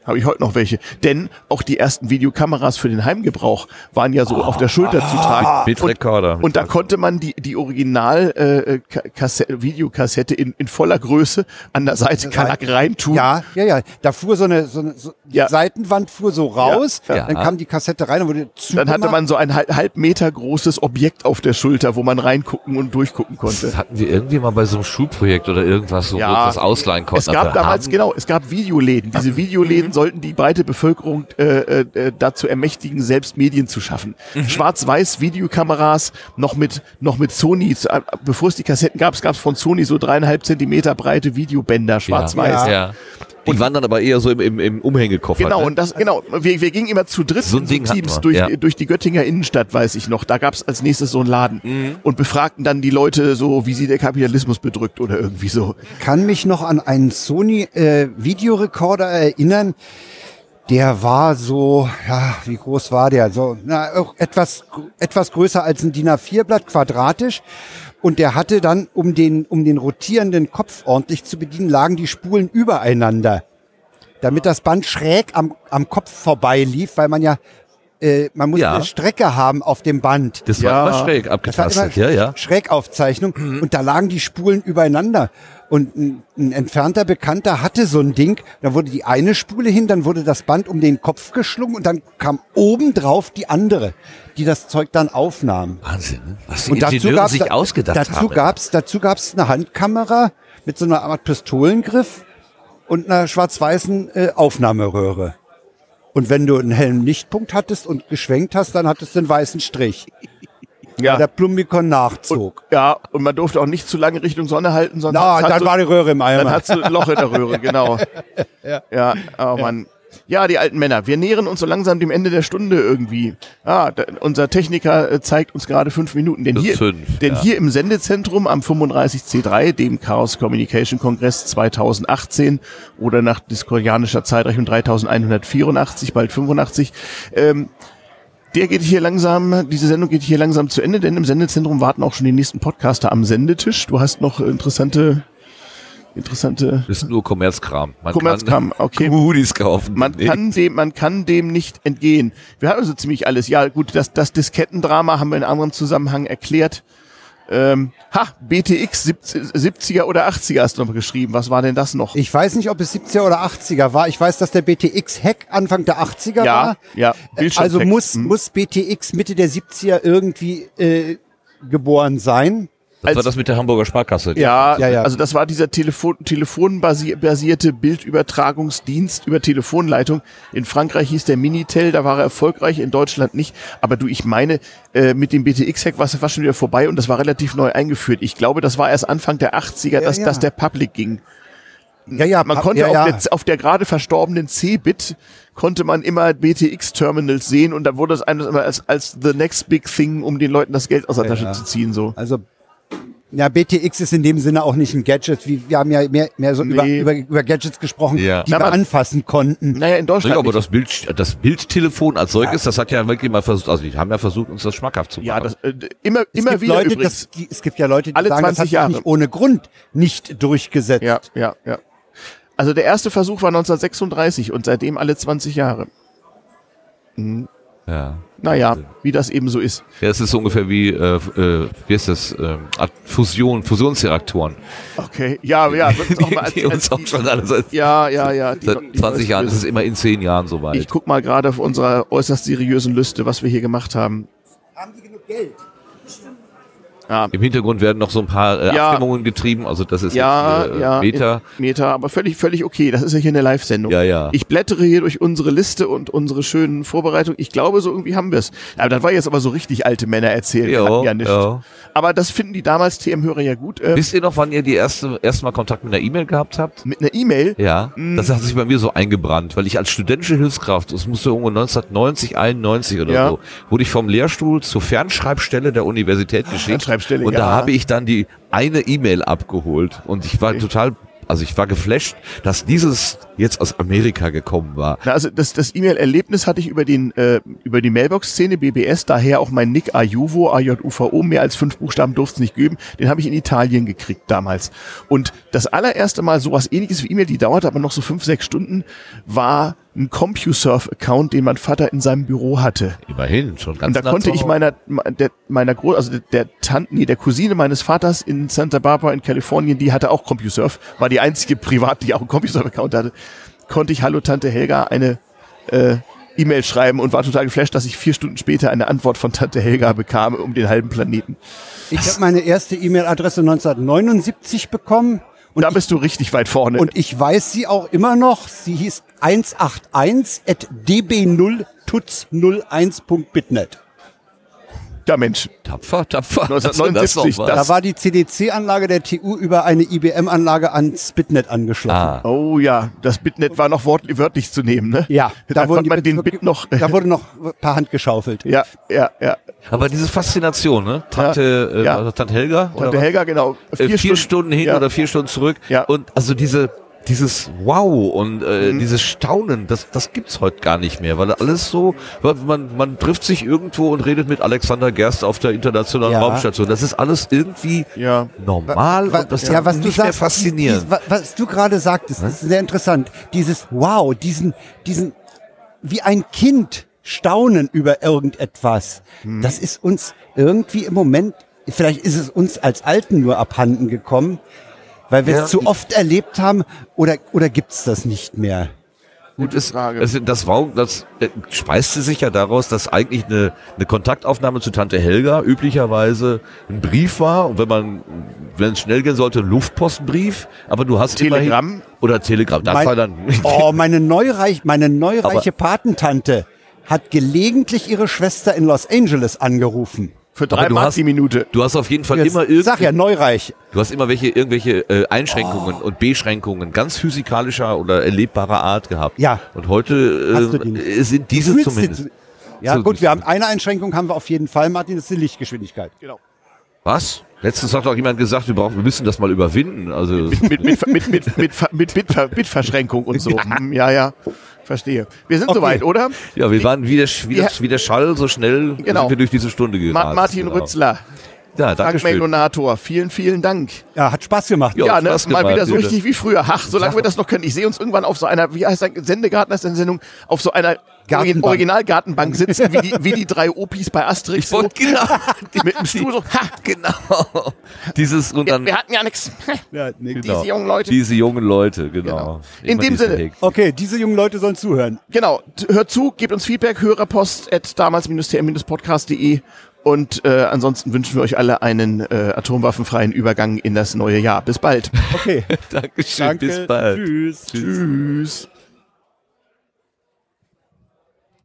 Habe ich heute noch welche. Denn auch die ersten Videokameras für den Heimgebrauch waren ja so auf der Schulter zu tragen. Bildrekorder. Und da konnte man die Original Videokassette in voller Größe an der Seite reintun. Ja. Da fuhr so eine Seitenwand fuhr so raus, dann kam die Kassette rein und wurde zugemacht. Dann hatte man so ein halb Meter großes Objekt auf der Schulter, wo man reingucken und durchgucken konnte. Das hatten wir irgendwie mal bei so einem Schulprojekt oder irgendwas, so, wo wir das ausleihen konnten. Es gab damals, es gab Videoläden. Diese Videoläden sollten die breite Bevölkerung dazu ermächtigen, selbst Medien zu schaffen. Schwarz-Weiß Videokameras noch mit Sony, bevor es die Kassetten gab es von Sony so 3,5 Zentimeter breite Videobänder, schwarz-weiß. Ja. Die waren dann aber eher so im Umhängekoffer. Genau, ne? und wir gingen immer zu dritt so in so Teams durch die Göttinger Innenstadt, weiß ich noch. Da gab es als nächstes so einen Laden und befragten dann die Leute so, wie sie der Kapitalismus bedrückt oder irgendwie so. Kann mich noch an einen Sony Videorekorder erinnern. Der war so, wie groß war der? So, auch etwas größer als ein DIN A4-Blatt, quadratisch. Und der hatte dann, um den rotierenden Kopf ordentlich zu bedienen, lagen die Spulen übereinander. Damit das Band schräg am Kopf vorbei lief, weil man man muss eine Strecke haben auf dem Band. Das war immer schräg abgetastet, Schrägaufzeichnung. Und da lagen die Spulen übereinander. Und ein entfernter Bekannter hatte so ein Ding, da wurde die eine Spule hin, dann wurde das Band um den Kopf geschlungen und dann kam obendrauf die andere, die das Zeug dann aufnahm. Wahnsinn, ne? Was die Ingenieure sich ausgedacht haben. Dazu gab's eine Handkamera mit so einer Art Pistolengriff und einer schwarz-weißen Aufnahmeröhre. Und wenn du einen hellen Lichtpunkt hattest und geschwenkt hast, dann hattest du einen weißen Strich. Ja, der Plumbikon nachzog. Und man durfte auch nicht zu lange Richtung Sonne halten, sondern dann war die Röhre im Eimer. Dann hast du ein Loch in der Röhre, genau. Mann. Ja, die alten Männer. Wir nähern uns so langsam dem Ende der Stunde irgendwie. Unser Techniker zeigt uns gerade 5 Minuten. Denn hier im Sendezentrum am 35C3, dem Chaos Communication Kongress 2018 oder nach diskordianischer Zeitrechnung 3184, bald 85, diese Sendung geht hier langsam zu Ende, denn im Sendezentrum warten auch schon die nächsten Podcaster am Sendetisch. Du hast noch interessante... Das ist nur Kommerzkram. Kommerzkram, okay. Hoodies kaufen. Man kann dem nicht entgehen. Wir haben also ziemlich alles. Ja, gut, das Diskettendrama haben wir in anderem Zusammenhang erklärt. BTX 70er oder 80er hast du noch geschrieben. Was war denn das noch? Ich weiß nicht, ob es 70er oder 80er war. Ich weiß, dass der BTX-Hack Anfang der 80er war. Ja, also muss BTX Mitte der 70er irgendwie geboren sein. Das war das mit der Hamburger Sparkasse. Ja. Also das war dieser telefonbasierte Bildübertragungsdienst über Telefonleitung. In Frankreich hieß der Minitel, da war er erfolgreich, in Deutschland nicht. Aber ich meine, mit dem BTX-Hack war es fast schon wieder vorbei und das war relativ neu eingeführt. Ich glaube, das war erst Anfang der 80er, dass der Public ging. Man konnte auf der gerade verstorbenen C-Bit konnte man immer BTX-Terminals sehen und da wurde es einem immer als the next big thing, um den Leuten das Geld aus der Tasche zu ziehen. So. Also BTX ist in dem Sinne auch nicht ein Gadget. Wir haben ja mehr so über Gadgets gesprochen, die wir anfassen konnten. Naja, in Deutschland. Aber das Bildtelefon als solches, das hat ja wirklich mal versucht, also die haben ja versucht, uns das schmackhaft zu machen. Ja, immer wieder Leute, es gibt ja Leute, die sagen, das hat sich nicht ohne Grund nicht durchgesetzt. Ja. Also der erste Versuch war 1936 und seitdem alle 20 Jahre. Ja. Naja, wie das eben so ist. Ja, es ist so ungefähr wie ist das? Fusionsreaktoren. Okay, ja. Die uns auch schon alles seit 20 Jahren, das ist immer in 10 Jahren soweit. Ich guck mal gerade auf unserer äußerst seriösen Liste, was wir hier gemacht haben. Haben die genug Geld? Ja. Im Hintergrund werden noch so ein paar Abstimmungen getrieben, also das ist Meta, aber völlig okay. Das ist ja hier eine Live-Sendung. Ja. Ich blättere hier durch unsere Liste und unsere schönen Vorbereitungen. Ich glaube, so irgendwie haben wir es. Aber das war jetzt aber so richtig alte Männer erzählen. Ja nicht. Aber das finden die damals TM-Hörer ja gut. Wisst ihr noch, wann ihr die erste Mal Kontakt mit einer E-Mail gehabt habt? Mit einer E-Mail? Ja. Das hat sich bei mir so eingebrannt, weil ich als studentische Hilfskraft, das musste irgendwo 1990, 91 oder so, wurde ich vom Lehrstuhl zur Fernschreibstelle der Universität geschickt. Und da habe ich dann die eine E-Mail abgeholt und ich war ich war geflasht, dass dieses jetzt aus Amerika gekommen war. Also das E-Mail-Erlebnis hatte ich über die Mailbox-Szene, BBS, daher auch mein Nick AJUVO, mehr als 5 Buchstaben durfte es nicht geben, den habe ich in Italien gekriegt damals. Und das allererste Mal sowas ähnliches wie E-Mail, die dauerte aber noch so 5-6 Stunden, war einen CompuServe-Account, den mein Vater in seinem Büro hatte. Immerhin, schon ganz. Und da konnte ich der Cousine meines Vaters in Santa Barbara in Kalifornien, die hatte auch CompuServe, war die einzige privat, die auch einen CompuServe-Account hatte, konnte ich Hallo Tante Helga eine E-Mail schreiben und war total geflasht, dass ich 4 Stunden später eine Antwort von Tante Helga bekam um den halben Planeten. Ich habe meine erste E-Mail-Adresse 1979 bekommen. Und da bist du richtig weit vorne. Und ich weiß sie auch immer noch. Sie hieß 181@db0tuts01.bitnet. Ja, Mensch. Tapfer. 1979. Da war die CDC-Anlage der TU über eine IBM-Anlage ans Bitnet angeschlossen. Oh ja, das Bitnet war noch wörtlich zu nehmen, ne? Ja. Da konnte man den Bit noch... Da wurde noch per Hand geschaufelt. Ja. Aber diese Faszination, ne? Tante Helga? Tante Helga, genau. 4 Stunden hin oder 4 Stunden zurück. Ja. Und also dieses Wow und dieses Staunen, das gibt's heute gar nicht mehr, weil alles so, man trifft sich irgendwo und redet mit Alexander Gerst auf der internationalen Raumstation. Das ist alles irgendwie normal und das ist nicht mehr faszinierend. Was du gerade sagtest, ist sehr interessant. Dieses Wow, diesen wie ein Kind staunen über irgendetwas. Das ist uns irgendwie im Moment, vielleicht ist es uns als Alten nur abhanden gekommen, weil wir es zu oft erlebt haben, oder gibt's das nicht mehr? Gute Frage. Das speiste sich ja daraus, dass eigentlich eine Kontaktaufnahme zu Tante Helga üblicherweise ein Brief war und wenn es schnell gehen sollte, ein Luftpostbrief, aber du hast Telegramm oder Telegramm. Das war dann meine neureiche Patentante hat gelegentlich ihre Schwester in Los Angeles angerufen. Für 3 Mark die Minute. Du hast auf jeden Fall neureich. Du hast immer irgendwelche Einschränkungen und Beschränkungen ganz physikalischer oder erlebbarer Art gehabt. Ja. Und heute sind diese zumindest. Ja, so gut, eine Einschränkung haben wir auf jeden Fall, Martin, das ist die Lichtgeschwindigkeit. Genau. Was? Letztens hat doch jemand gesagt, wir müssen das mal überwinden. Also mit Bitverschränkung und so. Ja. Verstehe. Wir sind soweit, oder? Ja, wir waren wie der Schall, so schnell sind wir durch diese Stunde gerast. Martin Rützler. Ja, danke schön. Donator. Vielen, vielen Dank. Ja, hat Spaß gemacht. Ja, mal wieder so richtig wie früher. Solange wir das noch können. Ich sehe uns irgendwann auf so einer, wie heißt das, Sendegarten ist eine Sendung, auf so einer Originalgartenbank sitzen, wie die 3 Opis bei Asterix. Genau. Mit dem Stuhl so, genau. Dieses, und dann, wir hatten ja nichts. Diese jungen Leute, genau. In dem Sinne. Okay, diese jungen Leute sollen zuhören. Genau. Hört zu, gebt uns Feedback, hörerpost@damals-tm-podcast.de. Und ansonsten wünschen wir euch alle einen atomwaffenfreien Übergang in das neue Jahr. Bis bald. Okay. Dankeschön. Bis bald. Tschüss.